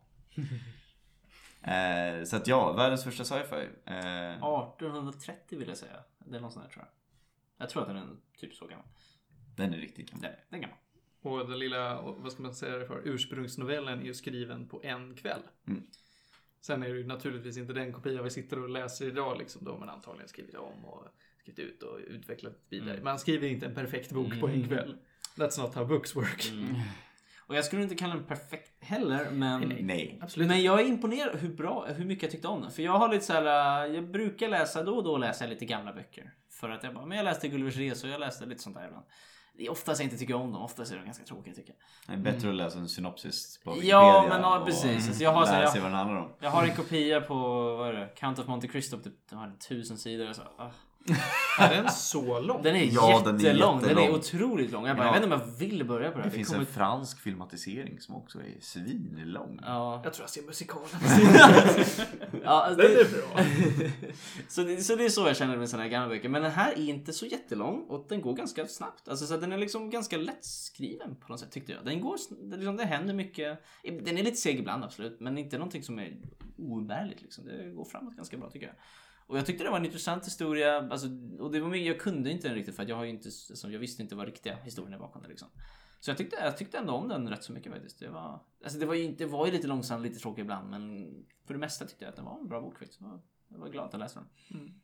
eh, så att ja, världens första sci-fi. Eh, artonhundratrettio vill jag säga. Det är någon sån här tror jag. Jag tror att den är typ så gammal. Den är riktigt gammal. Den är, den är gammal. Och den lilla, vad ska man säga det för, ursprungsnovellen är ju skriven på en kväll. Mm. Sen är det ju naturligtvis inte den kopia vi sitter och läser idag liksom då, men antagligen skrivit om och skrivit ut och utvecklat vidare. Mm. Man skriver inte en perfekt bok på en Mm. kväll. That's not how books work. Mm. Och jag skulle inte kalla den perfekt heller, men... Nej, Nej. Absolut. Men jag är imponerad hur bra, hur mycket jag tyckte om den. För jag har lite så här, jag brukar läsa, då och då läsa lite gamla böcker. För att jag bara, men jag läste Gullivers resor och jag läste lite sånt där ibland. Det är oftast jag inte tycker om dem, oftast är de ganska tråkiga tycker jag. Det är bättre att läsa en synopsis på Wikipedia. Ja, men ja, och precis. Alltså, jag har så här, lära jag- sig vad den handlar om. Jag har en kopia på, vad är det, Count of Monte Cristo, typ, den har tusen sidor och så. Ah. Är den så lång? Den är Ja, den är jättelång, den är, jättelång. otroligt lång. Jag, bara, Ja. jag vet inte om jag vill börja på det Det här. finns kommer... en fransk filmatisering som också är svinlång. Ja. Jag tror jag ser musikalen. Ja, alltså, Den det... är bra. så, det, så det är så jag känner med såna här gamla böcker. Men den här är inte så jättelång och den går ganska snabbt. Alltså, så att den är liksom ganska lättskriven på något sätt tyckte jag. Den går, det, liksom, det händer mycket. Den är lite seg ibland absolut, men inte någonting som är oumbärligt liksom. Det går framåt ganska bra tycker jag. Och jag tyckte det var en intressant historia. Alltså, och det var mycket, jag kunde inte den riktigt för att jag, har ju inte, alltså, jag visste inte vad riktiga historien är bakom det. Liksom. Så jag tyckte, jag tyckte ändå om den rätt så mycket faktiskt. Det var, alltså, det var ju, det var ju lite långsamt, lite tråkig ibland. Men för det mesta tyckte jag att det var en bra bok. Jag var, jag var glad att jag läste den. Mm.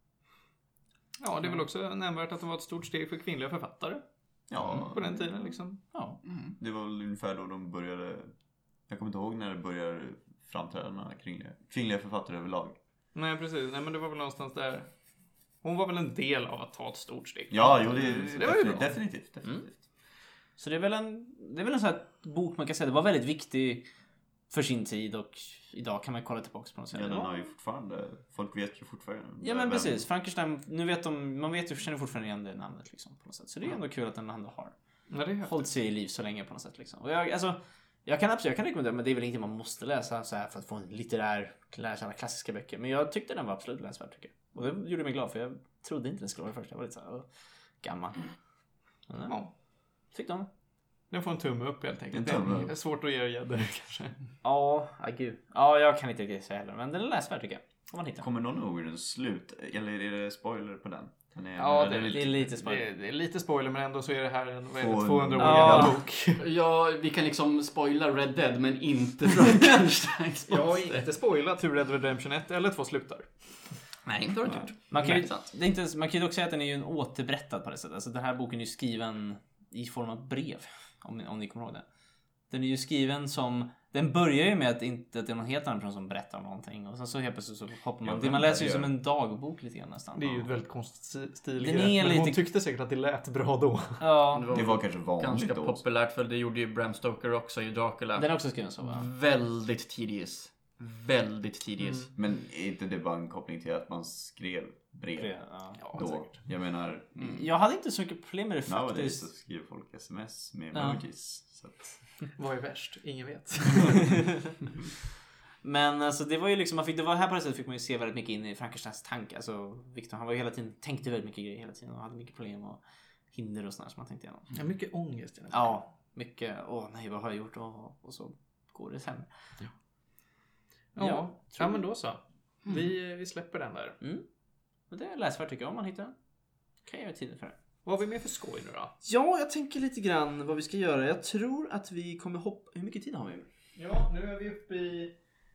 Ja, det är väl också nämnvärt att det var ett stort steg för kvinnliga författare. Ja, På den tiden liksom. Ja. Mm. det var väl ungefär då de började. Jag kommer inte ihåg när det började framträdande kvinnliga, kvinnliga författare överlag. Nej, precis. Nej, men det var väl någonstans där. Hon var väl en del av att ta ett stort steg. Ja, jo, det, det var ju bra. definitivt. definitivt. Mm. Så det är väl en, det är väl en sån här bok man kan säga, det var väldigt viktig för sin tid och idag kan man kolla tillbaka på något sätt. Ja, den har ju fortfarande, folk vet ju fortfarande. Ja, men precis. Frankenstein, nu vet de, man vet ju, känner fortfarande igen det namnet liksom på något sätt. Så det är ändå kul att den ändå har Ja, det är hållit sig i liv så länge på något sätt liksom. Och jag, alltså, jag kan absolut, jag kan rekommendera, men det är väl inte man måste läsa så här för att få en litterär, läsa alla klassiska böcker. Men jag tyckte den var absolut läsvärd tycker jag. Och det gjorde mig glad för jag trodde inte den skulle vara det först. Jag var lite så här, gammal. Men, Ja. tyckte om. Den får en tumme upp helt enkelt. En tumme Det upp. är svårt att ge gäddor kanske. Ja, ah, gud. Ja, jag kan inte riktigt säga heller. Men den är läsvärd tycker jag. Om man hittar. Kommer någon ihåg hur den slut? Eller är det spoiler på den? den är, Ja, eller det- Det är lite Det spoiler. är, det är lite spoiler, men ändå så är det här en vad är det, tvåhundra tvåhundra år Ja. gammal bok. Ja, vi kan liksom spoila Red Dead, men inte Frankensteins Jag har monster. inte spoilat hur Red Dead Redemption ett eller två slutar. Nej, inte har du gjort. Man kan, ju, Nej, sant. det är inte ens, man kan ju dock säga att den är ju en återberättad på det sättet. Alltså den här boken är ju skriven i form av brev. Om, ni- om ni kommer ihåg det. Den är ju skriven som... Den börjar ju med att, inte, att det är någon helt annan person som berättar om någonting. Och sen så helt plötsligt så hoppar man... Ja, det man läser ju det som gör- en dagbok lite grann nästan. Det är ju ett väldigt konstigt stil. Den är Men hon lite- tyckte säkert att det lät bra då. Ja, Det var kanske vanligt ganska då. populärt, för det gjorde ju Bram Stoker också i Dracula. den är också skriven så va? Väldigt tedious. Väldigt tedious. Men är inte det bara en koppling till att man skrev brev Ja. Ja, då? säkert. Jag menar, Jag hade inte så mycket problem med det nowadays så faktiskt. skriver folk sms med Ja. emojis. Så att, Vad är värst? Ingen vet. Men alltså det var ju liksom, man fick, det var här på det sättet fick man ju se väldigt mycket in i Frankensteins tanke. Alltså Victor, han var ju hela tiden, tänkte väldigt mycket grejer hela tiden och hade mycket problem och hinder och sådär som man tänkte igenom. Ja, mycket ångest i den. Ja, mycket, åh nej vad har jag gjort och, och så går det sen. Ja, Ja, ja, tror men då så. Vi, vi släpper den där. Mm. Och det är läsvärt tycker jag om man hittar den. Kan jag göra tiden för det. Vad har vi med för skoj nu då? Ja, jag tänker lite grann vad vi ska göra. Jag tror att vi kommer hoppa... Hur mycket tid har vi? Ja, nu är vi uppe i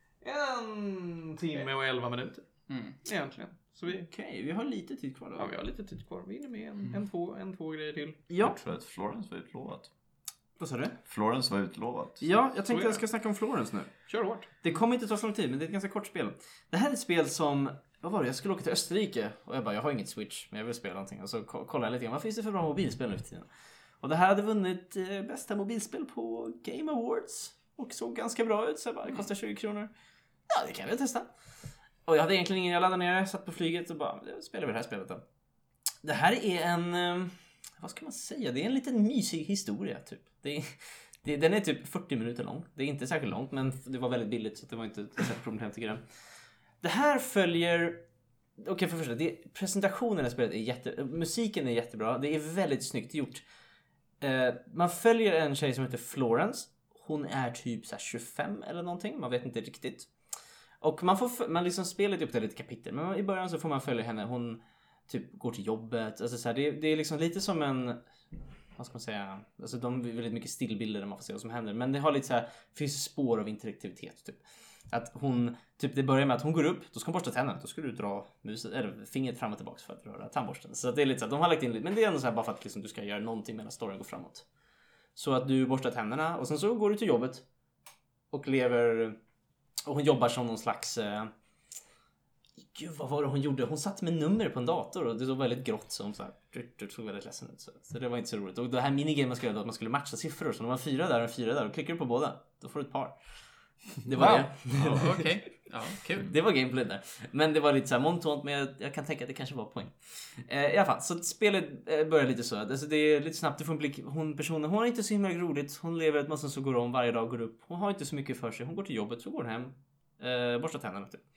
en timme och elva minuter. Mm. Egentligen. Så vi, Okej, vi har lite tid kvar då. ja, vi har lite tid kvar. Vi är med en, en, två, en, två grejer till. Ja, Jag tror att Florence var utlovat. vad sa du? Florence var utlovat. Ja, jag Så är tänkte jag det. ska snacka om Florence nu. Kör hårt. Det kommer inte ta så lång tid, men det är ett ganska kort spel. Det här är ett spel som... Vad var det? Jag skulle åka till Österrike och jag bara, jag har inget Switch, men jag vill spela någonting. Och så ko- kollade jag lite grann, vad finns det för bra mobilspel nu för tiden? Och det här hade vunnit eh, bästa mobilspel på Game Awards. Och såg ganska bra ut, så jag bara, det kostar tjugo kronor. Ja, det kan jag väl testa. Och jag hade egentligen ingen, jag laddade ner, jag satt på flyget och bara, jag spelar väl det här spelet då. Det här är en... eh, Vad ska man säga? Det är en liten mysig historia, typ. Det är... Det, den är typ fyrtio minuter lång. Det är inte särskilt långt, men det var väldigt billigt så det var inte ett särskilt problem tycker jag. Det här följer... Okej, okay, för första, det, presentationen i spelet är jätte... Musiken är jättebra. Det är väldigt snyggt gjort. Eh, man följer en tjej som heter Florence. Hon är typ så här tjugofem eller någonting. Man vet inte riktigt. Och man får... Man liksom spelar upp det lite kapitel. Men i början så får man följa henne. Hon typ går till jobbet. Alltså så här, det, det är liksom lite som en... Vad ska man säga? Alltså de är väldigt mycket stillbilder där man får se vad som händer. Men det har lite så här, finns spår av interaktivitet typ. Att hon, typ det börjar med att hon går upp, då ska hon borsta tänderna. Då ska du dra muset, eller fingret fram och tillbaka för att röra tandborsten. Så det är lite så här, de har lagt in lite, men det är ändå så här bara för att liksom, du ska göra någonting medan storyn går framåt. Så att du borstar tänderna och sen så går du till jobbet. Och lever, och hon jobbar som någon slags... Eh, Gud, vad var det hon gjorde? Hon satt med nummer på en dator och det såg väldigt grått som så här. Det såg väldigt ledsen ut. Så, så det var inte så roligt. Och det här minigamet man skulle göra då att man skulle matcha siffror. Så när man fyra där och fyra där och klickar du på båda, då får du ett par. Det var Wow. det. Ja, okej. Ja, kul. Det var gameplay där. Men det var lite så här montont, men jag, jag kan tänka att det kanske var poäng. Eh, I alla fall, så spelet eh, börjar lite så. Alltså det är lite snabbt, du får en blick. Hon personen, hon har inte så himla roligt. Hon lever ett massa som går om varje dag, går upp. Hon har inte så mycket för sig. Hon går till jobbet, så går hon hem. Eh, borstar tänderna typ.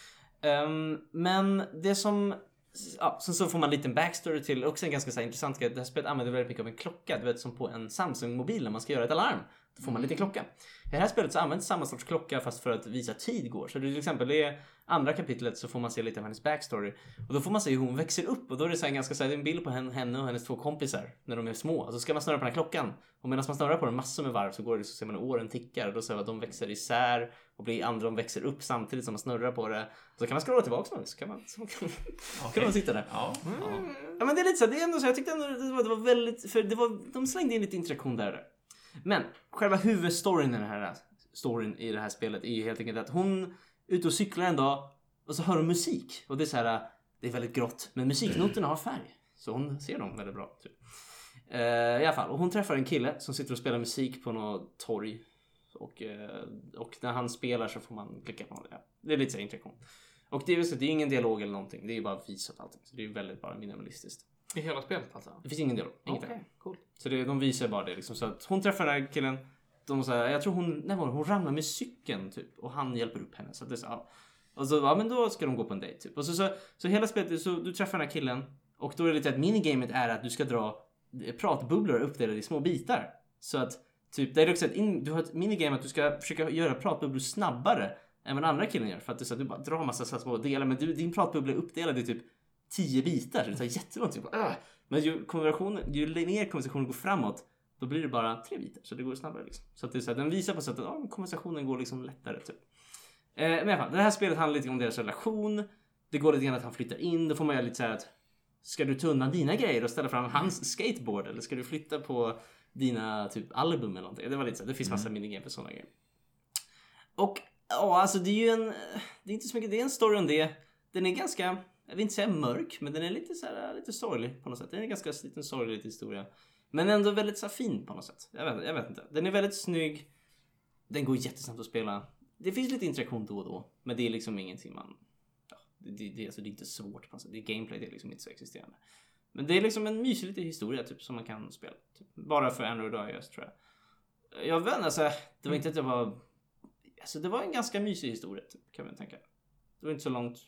Um, men det som... Ja, sen så får man en liten backstory till. Också en ganska så här intressant grej. Det här spelet använder väldigt mycket av en klocka. Du vet, som på en Samsung-mobil när man ska göra ett alarm. Då får man lite klocka. I det här spelet så används samma sorts klocka fast för att visa tid går. Så det till exempel är andra kapitlet så får man se lite av hennes backstory. Och då får man se hur hon växer upp. Och då är det så här ganska så här, det är en bild på henne och hennes två kompisar när de är små. Och så ska man snurra på den här klockan. Och medan man snurrar på den massor med varv så går det så ser man åren tickar. Och då ser man att de växer isär och blir andra de växer upp samtidigt som man snurrar på det. Och så kan man scrolla tillbaka så kan man, så kan, okay. kan man sitta där. Ja. Mm. Ja men det är lite så, det är ändå så jag tyckte ändå det var, det var väldigt, för det var, de slängde in lite interaktion där. Men själva huvudstoryn i den här storyn i det här spelet är ju helt enkelt att hon är ute och cyklar en dag och så hör hon musik. Och det är så här, det är väldigt grått. Men musiknoterna har färg. Så hon ser dem väldigt bra. Typ. Uh, I alla fall. Och hon träffar en kille som sitter och spelar musik på något torg. Och, uh, och när han spelar så får man klicka på det. Det är lite så här interaktion. Och det är, just, det är ingen dialog eller någonting. Det är bara visat allting. Så det är väldigt bara minimalistiskt. I hela spelet alltså? Det finns ingen dialog. Inget Okej, okay, cool. Så det, de visar bara det liksom. Så att hon träffar den här killen. De så här, jag tror hon, nej, hon ramlar med cykeln typ. Och han hjälper upp henne. Så att det är så, ja. Och så, ja men då ska de gå på en dejt typ. Och så, så, så hela spelet, så du träffar den här killen. Och då är det lite att minigamet är att du ska dra pratbubblor uppdelade i små bitar. Så att typ, det är också ett in, du har ett minigame att du ska försöka göra pratbubblor snabbare än vad andra killen gör. För att det är så att du bara drar massa så små delar. Men du, din pratbubbla är uppdelad i typ tio bitar. Så det tar jättelångt. Typ, äh. Men ju, konversationen, ju mer konversationen går framåt, då blir det bara tre bitar. Så det går snabbare liksom. Så att det är så att den visar på sättet att ja, konversationen går liksom lättare typ. Eh, men i alla fall, det här spelet handlar lite om deras relation. Det går lite grann att han flyttar in. Då får man göra lite så här att ska du ta undan dina grejer och ställa fram hans skateboard? Eller ska du flytta på dina typ album eller någonting? Det var lite så här, det finns massa mm. minigame för sådana grejer. Och ja, alltså det är ju en, det är inte så mycket, det är en story om det. Den är ganska, jag vill inte säga mörk, men den är lite så här, lite sorglig på något sätt. Den är en ganska liten sorglig historia. Men ändå väldigt så här, fin på något sätt. Jag vet, jag vet inte. Den är väldigt snygg. Den går jättesnabbt att spela. Det finns lite interaktion då och då. Men det är liksom ingenting man... Ja, det, det, det, alltså, det är inte svårt på något sätt. Det är gameplay, det är liksom inte så existerande. Men det är liksom en mysig liten historia typ, som man kan spela. Typ. Bara för Android och iOS tror jag. Jag vet inte, alltså, det var inte att jag var... Alltså det var en ganska mysig historia typ, kan man tänka. Det var inte så långt.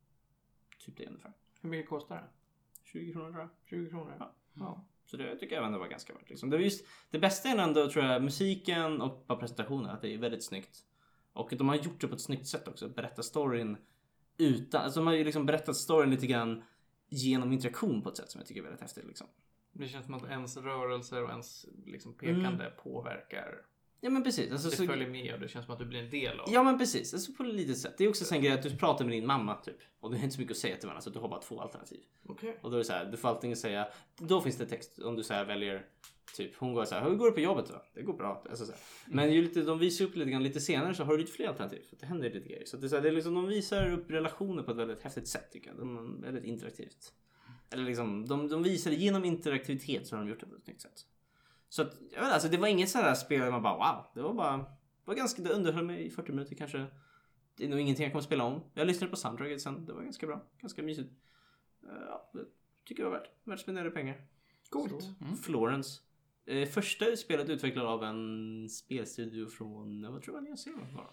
Typ det ungefär. Hur mycket kostar det? tjugo kronor tror jag. tjugo kronor? Ja. Ja. Så det tycker jag ändå var ganska värt. Liksom. Det, var just, det bästa är ändå tror jag musiken och bara presentationen. Att det är väldigt snyggt. Och de har gjort det på ett snyggt sätt också. Berätta storyn utan... Alltså de har ju liksom berättat storyn lite grann genom interaktion på ett sätt som jag tycker är väldigt häftigt. Liksom. Det känns som att ens rörelser och ens liksom pekande mm. påverkar... Ja men precis. Alltså, det så... följer med och det känns som att du blir en del av. Ja men precis. Alltså, på ett litet sätt. Det är också en grej att du pratar med din mamma typ. Och det är inte så mycket att säga till varandra så du har bara två alternativ. Okay. Och då är det så här, du får alltid säga, då finns det text om du så här väljer typ, hon går så här, hur går det på jobbet då? Det går bra. Alltså, så här. Men ju lite, de visar upp lite grann lite senare så har du lite fler alternativ. Så det händer lite grejer. Så det är, så här, det är liksom, de visar upp relationer på ett väldigt häftigt sätt tycker jag. De är väldigt interaktivt. Eller liksom, de, de visar genom interaktivitet så har de gjort det på ett nytt sätt. Så att, jag vet, alltså det var inget sådär spel där man bara wow. Det var bara, det var ganska, det underhöll mig i fyrtio minuter kanske. Det är nog ingenting jag kommer spela om. Jag lyssnade på soundtracket sen, det var ganska bra. Ganska mysigt. Ja, det tycker jag var värt. Värt spenderade pengar. Coolt. Mm. Florence. Eh, första spelet utvecklad av en spelstudio från, vad tror jag Nya Zeeland var.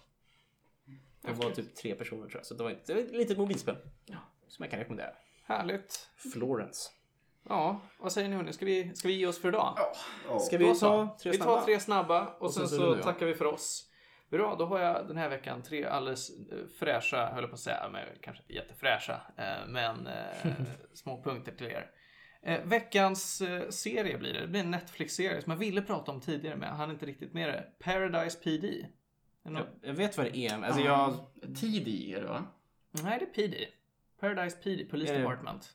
Det var typ tre personer tror jag. Så det var ett, ett litet mobilspel. Ja, som jag kan rekommendera. Härligt. Florence. Ja, vad säger ni hörni? Ska vi, ska vi ge oss för idag? Ja. Ska vi ta tre snabba? Vi tar tre snabba och, och sen, sen så, så tackar vi för oss. Bra, då har jag den här veckan tre alldeles fräscha, höll jag på att säga, men kanske inte jättefräscha, men små punkter till er. Veckans serie blir det. Det blir en Netflix-serie som jag ville prata om tidigare men jag hann inte riktigt med det. Paradise P D. Jag, jag vet vad det är. Alltså jag... T D är det va? Nej, det är P D. Paradise P D, Police är Department.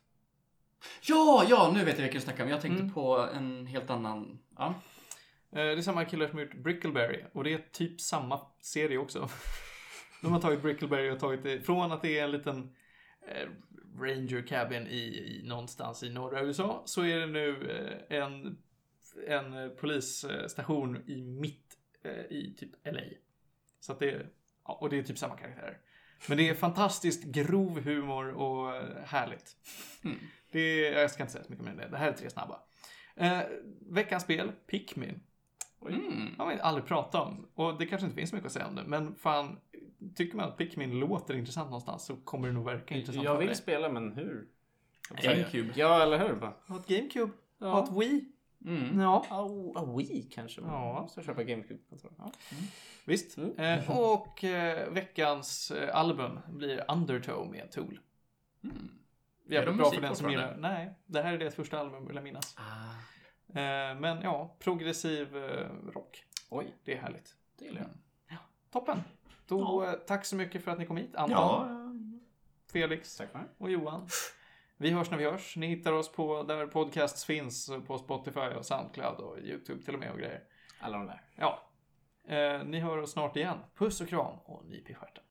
Ja, ja, nu vet jag vilken du snackar om. Jag tänkte Mm. på en helt annan... Ja. Det är samma killar som har gjort Brickleberry. Och det är typ samma serie också. De har tagit Brickleberry och tagit det från att det är en liten eh, Ranger Cabin i, i någonstans i norra U S A. Så är det nu eh, en, en polisstation i mitt eh, i typ L A. Så att det är, ja, och det är typ samma karaktär. Men det är fantastiskt grov humor och härligt. Mm. Det är, jag ska inte säga så mycket mer än det. Det här är tre snabba. Eh, veckans spel, Pikmin. Mm. Jag har aldrig pratat om. Och det kanske inte finns mycket att säga om det. Men fan, tycker man att Pikmin låter intressant någonstans så kommer det nog verka intressant. Jag för vill dig. spela, men hur? GameCube. Ja, eller hur? Ha ett GameCube. Ja. Ha ett Wii. Mm. Ja. Oh, oh, Wii kanske. Ja. Måste jag köpa GameCube-kontroll. Ja. Visst. Mm. Eh, och eh, veckans eh, album blir Undertow med Tool. Mm. Är Jävligt de bra musik för den som fortfarande? gillar. Nej, det här är deras första album vill jag minnas. Ah. Eh, men ja, progressiv eh, rock. Oj, Det är härligt. det gillar jag. Ja, toppen. Då Ja. eh, tack så mycket för att ni kom hit. Anton, Ja, Felix Tack för det. och Johan. Vi hörs när vi hörs. Ni hittar oss på där podcasts finns. På Spotify och Soundcloud och YouTube till och med och grejer. Alla de där. Ja. Eh, ni hör oss snart igen. Puss och kram och nyp i stjärten.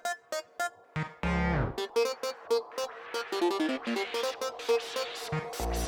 Thank you.